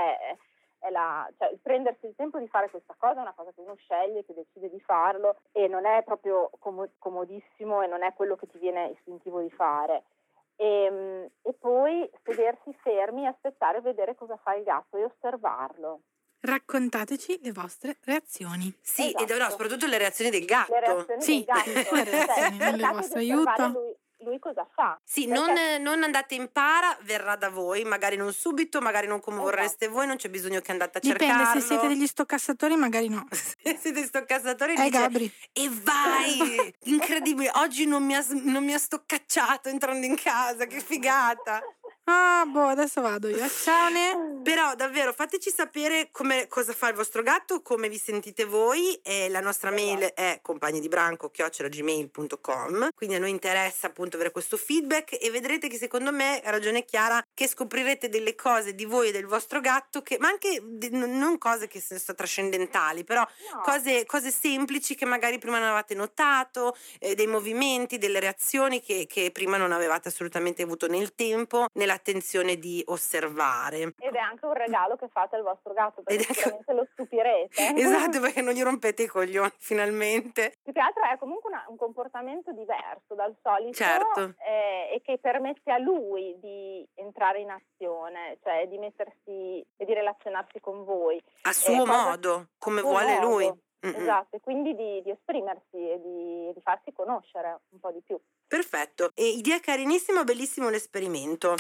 Il prendersi il tempo di fare questa cosa è una cosa che uno sceglie, che decide di farlo, e non è proprio comodissimo e non è quello che ti viene istintivo di fare. E poi sedersi fermi, aspettare, vedere cosa fa il gatto e osservarlo. Raccontateci le vostre reazioni. Sì, esatto. E soprattutto le reazioni del gatto. Le reazioni del gatto. Le reazioni, il vostro aiuto. Lui cosa fa? Sì, non andate in para, verrà da voi, magari non subito, magari non come vorreste voi, non c'è bisogno che andate a cercarlo. Dipende, se siete degli stoccassatori magari no. Se siete stoccassatori Gabri. E vai! Incredibile, oggi non mi ha stoccacciato entrando in casa, che figata! Adesso vado io. Ciao Ne. Però davvero fateci sapere cosa fa il vostro gatto, come vi sentite voi, e la nostra mail è compagnidibranco@gmail.com, quindi a noi interessa appunto avere questo feedback, e vedrete che secondo me ha ragione Chiara, che scoprirete delle cose di voi e del vostro gatto, ma anche non cose che sono trascendentali, però cose semplici che magari prima non avevate notato, dei movimenti, delle reazioni che prima non avevate assolutamente avuto nel tempo, nell'attenzione di osservare. Ed è anche un regalo che fate al vostro gatto, perché sicuramente lo stupirete. Esatto, perché non gli rompete i coglioni finalmente. Più che altro è comunque un comportamento diverso dal solito, certo. E che permette a lui di entrare in azione, cioè di mettersi e di relazionarsi con voi. A suo modo, come vuole lui. Esatto, e quindi di esprimersi e di farsi conoscere un po' di più. Perfetto, e idea carinissima, bellissimo l'esperimento.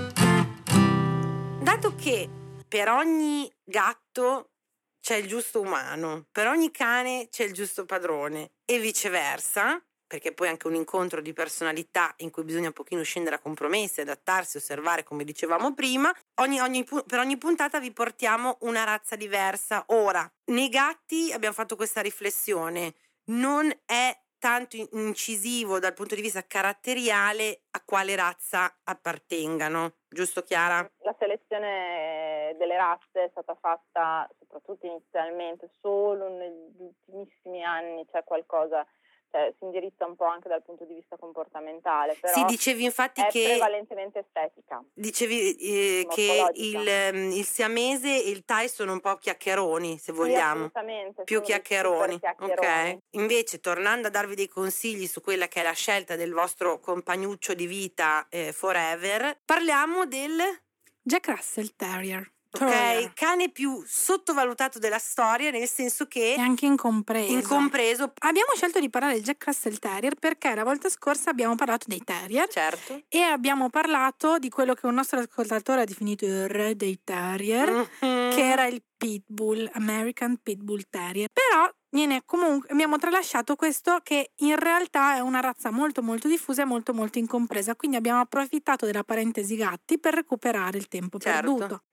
Dato che per ogni gatto c'è il giusto umano, per ogni cane c'è il giusto padrone e viceversa, perché poi è anche un incontro di personalità in cui bisogna un pochino scendere a compromessi, adattarsi, osservare, come dicevamo prima, per ogni puntata vi portiamo una razza diversa. Ora, nei gatti abbiamo fatto questa riflessione, non è tanto incisivo dal punto di vista caratteriale a quale razza appartengano, giusto Chiara? La selezione delle razze è stata fatta soprattutto inizialmente solo negli ultimissimi anni, c'è qualcosa, si indirizza un po' anche dal punto di vista comportamentale, però sì, dicevi infatti è che prevalentemente estetica. Dicevi che il siamese e il thai sono un po' chiacchieroni, se vogliamo. Sì, assolutamente. Più chiacchieroni. Ok. Invece, tornando a darvi dei consigli su quella che è la scelta del vostro compagnuccio di vita forever, parliamo del Jack Russell Terrier. Ok, cane più sottovalutato della storia, nel senso che è anche incompreso. Abbiamo scelto di parlare del Jack Russell Terrier perché la volta scorsa abbiamo parlato dei Terrier, certo, e abbiamo parlato di quello che un nostro ascoltatore ha definito il re dei Terrier, che era il Pitbull, American Pitbull Terrier. Però comunque abbiamo tralasciato questo, che in realtà è una razza molto molto diffusa e molto molto incompresa, quindi abbiamo approfittato della parentesi gatti per recuperare il tempo perduto.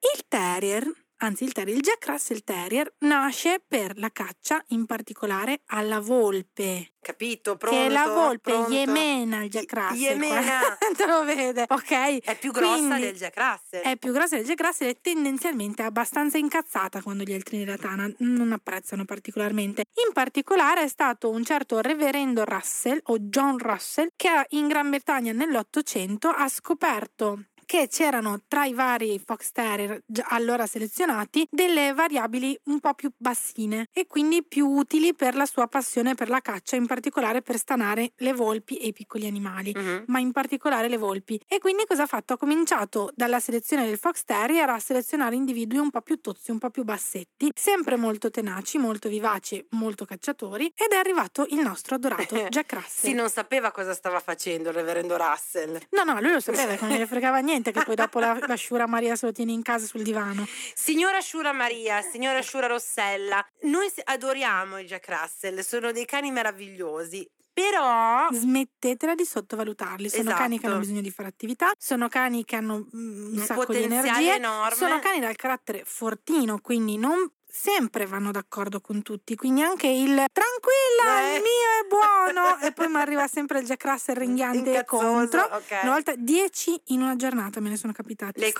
Il Jack Russell Terrier nasce per la caccia, in particolare alla volpe. Capito, pronto? Che è la volpe pronto. Yemena, il Jack Russell. Yemena. Te lo vede, ok? È più grossa del Jack Russell. È più grossa del Jack Russell e tendenzialmente è abbastanza incazzata quando gli altri della tana non apprezzano particolarmente. In particolare è stato un certo reverendo Russell o John Russell che in Gran Bretagna nell'800 ha scoperto che c'erano tra i vari Fox Terrier allora selezionati delle variabili un po' più bassine e quindi più utili per la sua passione per la caccia, in particolare per stanare le volpi e i piccoli animali, ma in particolare le volpi. E quindi cosa ha fatto? Ha cominciato dalla selezione del Fox Terrier a selezionare individui un po' più tozzi, un po' più bassetti, sempre molto tenaci, molto vivaci, molto cacciatori, ed è arrivato il nostro adorato Jack Russell. Sì, non sapeva cosa stava facendo il reverendo Russell. No, lui lo sapeva, non gliene fregava niente che poi dopo la Sciura Maria se lo tiene in casa sul divano. Signora Sciura Maria, signora Sciura Rossella, noi adoriamo i Jack Russell, sono dei cani meravigliosi. Però smettetela di sottovalutarli. Sono cani che hanno bisogno di fare attività, sono cani che hanno un sacco di energia enorme. Sono cani dal carattere fortino, quindi non sempre vanno d'accordo con tutti, quindi anche il tranquilla, il mio è buono e poi mi arriva sempre il Jack Russell ringhiante contro. Okay. Una volta 10 in una giornata me ne sono capitate.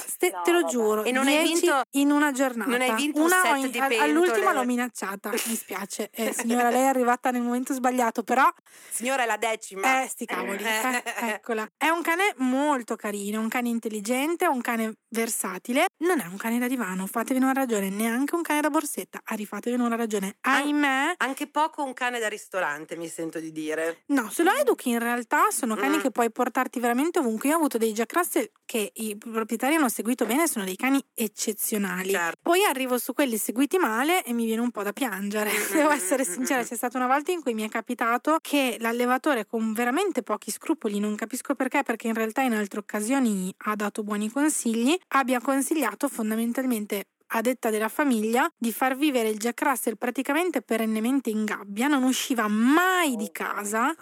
Te lo giuro, e non hai vinto in una giornata. Non hai vinto un set di pentole. All'ultima l'ho minacciata, mi spiace, signora, lei è arrivata nel momento sbagliato, però signora è la 10ª. Sti cavoli, eccola. È un cane molto carino, un cane intelligente, un cane versatile, non è un cane da divano, fatevene una ragione, neanche un cane da borsetta, rifatevene una ragione. Ahimè, anche poco un cane da ristorante, mi sento di dire. No, se lo educhi in realtà sono cani che puoi portarti veramente ovunque. Io ho avuto dei Jack Russell che i proprietari hanno seguito bene, sono dei cani eccezionali. Certo. Poi arrivo su quelli seguiti male e mi viene un po' da piangere. Devo essere sincera, c'è stata una volta in cui mi è capitato che l'allevatore, con veramente pochi scrupoli, non capisco perché in realtà in altre occasioni ha dato buoni consigli, abbia consigliato fondamentalmente, a detta della famiglia, di far vivere il Jack Russell praticamente perennemente in gabbia, non usciva mai di casa,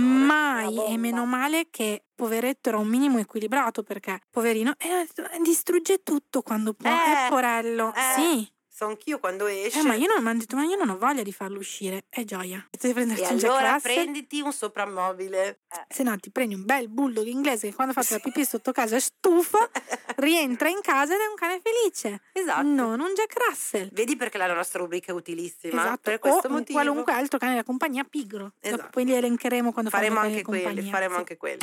mai, e meno male che poveretto era un minimo equilibrato, perché poverino distrugge tutto quando può, porello, sì. So anch'io quando esce. Ma io non ho voglia di farlo uscire, è gioia. Devi prenderci un Jack allora Russell. Prenditi un soprammobile. Se no ti prendi un bel bulldog inglese che quando ha fatto la pipì sotto casa è stufo, rientra in casa ed è un cane felice. Esatto. Non un Jack Russell. Vedi perché la nostra rubrica è utilissima. Esatto. Per questo motivo. Qualunque altro cane da compagnia pigro. Esatto. Poi li elencheremo quando faremo anche quelli. Faremo anche quelli.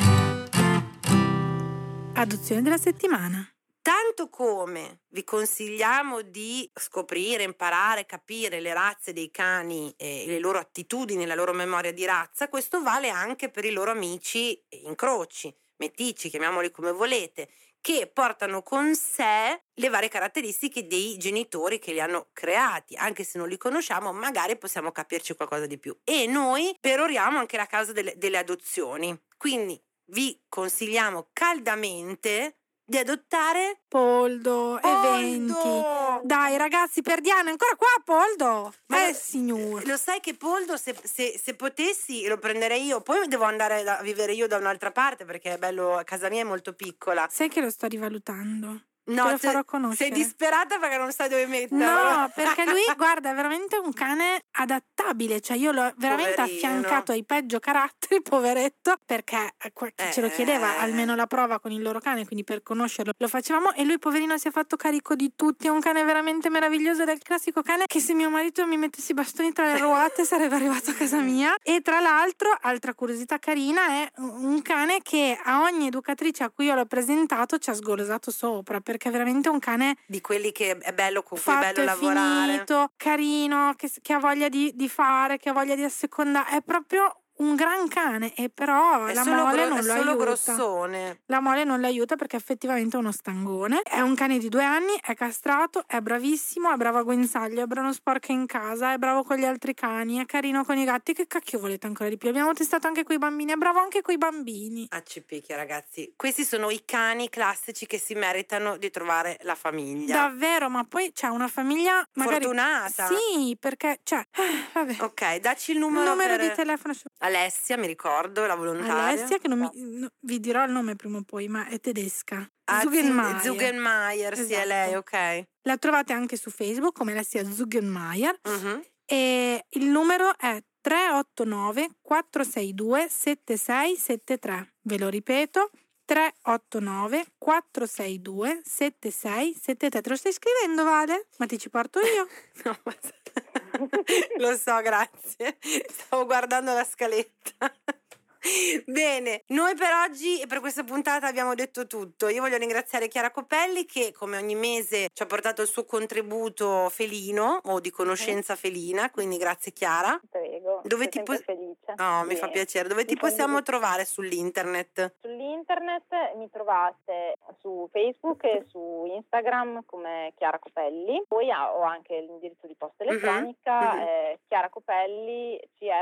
Adozione della settimana. Tanto come vi consigliamo di scoprire, imparare, capire le razze dei cani e le loro attitudini, la loro memoria di razza, questo vale anche per i loro amici incroci, meticci, chiamiamoli come volete, che portano con sé le varie caratteristiche dei genitori che li hanno creati. Anche se non li conosciamo, magari possiamo capirci qualcosa di più. E noi peroriamo anche la causa delle adozioni. Quindi vi consigliamo caldamente di adottare Poldo. Eventi. Dai ragazzi, per Diana, ancora qua Poldo? Signore. Lo sai che Poldo, se potessi lo prenderei io. Poi devo andare a vivere io da un'altra parte, perché è bello, casa mia è molto piccola. Sai che lo sto rivalutando? No, te lo farò conoscere. Sei disperata perché non sai dove metterlo. No, perché lui, guarda, è veramente un cane adattabile. Cioè io l'ho veramente affiancato ai peggio caratteri, poveretto, perché chi ce lo chiedeva almeno la prova con il loro cane, quindi per conoscerlo lo facevamo, e lui poverino si è fatto carico di tutti. È un cane veramente meraviglioso, ed è il classico cane che se mio marito mi mettesse i bastoni tra le ruote sarebbe arrivato a casa mia. E tra l'altro, altra curiosità carina, è un cane che a ogni educatrice a cui io l'ho presentato ci ha sgolosato sopra, perché è veramente un cane di quelli che è bello, con cui è bello lavorare, finito, carino, che ha voglia di fare, che ha voglia di assecondare. È proprio un gran cane, e però la mole non lo aiuta. Grossone. La mole non lo aiuta perché effettivamente è uno stangone. È un cane di 2 anni, è castrato, è bravissimo, è bravo a guinzaglio, è bravo sporca in casa, è bravo con gli altri cani, è carino con i gatti. Che cacchio volete ancora di più? Abbiamo testato anche coi bambini, è bravo anche coi bambini. Accipicchia, ragazzi. Questi sono i cani classici che si meritano di trovare la famiglia. Davvero, ma poi c'è una famiglia magari fortunata. Sì, perché vabbè. Ok, dacci il numero di telefono. Alessia, mi ricordo, la volontaria. Alessia, che vi dirò il nome prima o poi, ma è tedesca. Zuggenmaier, esatto. Sì, è lei, ok. La trovate anche su Facebook come Alessia Zuggenmaier. E il numero è 389 462 7673. Ve lo ripeto, 389 462 7673. Te lo stai scrivendo, Vale? Ma ti ci porto io? No, ma lo so, grazie. Stavo guardando la scaletta. Bene, noi per oggi e per questa puntata abbiamo detto tutto. Io voglio ringraziare Chiara Copelli, che come ogni mese ci ha portato il suo contributo felino o di conoscenza felina, quindi grazie Chiara. Prego, dove sono felice. No, mi fa piacere. Dove ti possiamo trovare sull'internet? Sull'internet mi trovate su Facebook e su Instagram come Chiara Copelli. Poi ho anche l'indirizzo di posta elettronica, Chiara Copelli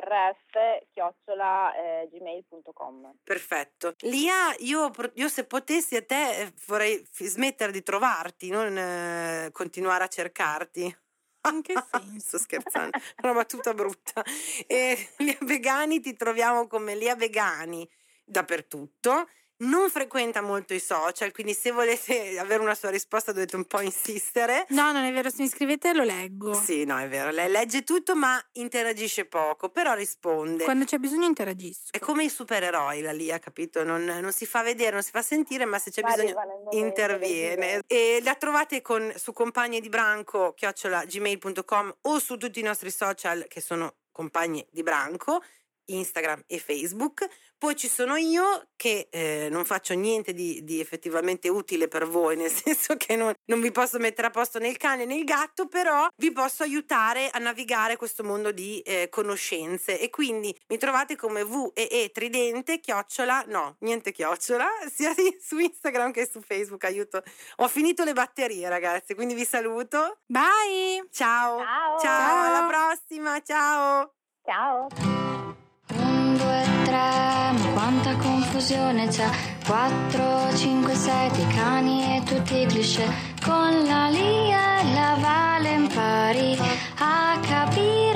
crf@gmail.com. Perfetto. Lia, io se potessi a te vorrei smettere di trovarti, non continuare a cercarti. In che senso? Sto scherzando, una battuta brutta. Lia Vegani ti troviamo come Lia Vegani dappertutto. Non frequenta molto i social, quindi se volete avere una sua risposta dovete un po' insistere. No, non è vero, se mi scrivete lo leggo. Sì, no, è vero, lei legge tutto ma interagisce poco, però risponde. Quando c'è bisogno interagisco. È come i supereroi la Lia, capito? Non si fa vedere, non si fa sentire, ma se c'è bisogno interviene. E la trovate su Compagne di Branco @gmail.com o su tutti i nostri social che sono Compagne di Branco, Instagram e Facebook. Poi ci sono io che non faccio niente di effettivamente utile per voi, nel senso che non vi posso mettere a posto né il cane né il gatto, però vi posso aiutare a navigare questo mondo di conoscenze, e quindi mi trovate come @tridente chiocciola sia su Instagram che su Facebook. Aiuto, ho finito le batterie ragazzi, quindi vi saluto. Bye, ciao, alla prossima, ciao. 1, 2, 3, ma quanta confusione c'è. 4, 5, 6, dei cani e tutti i cliché. Con la Lia e la Vale impari a capire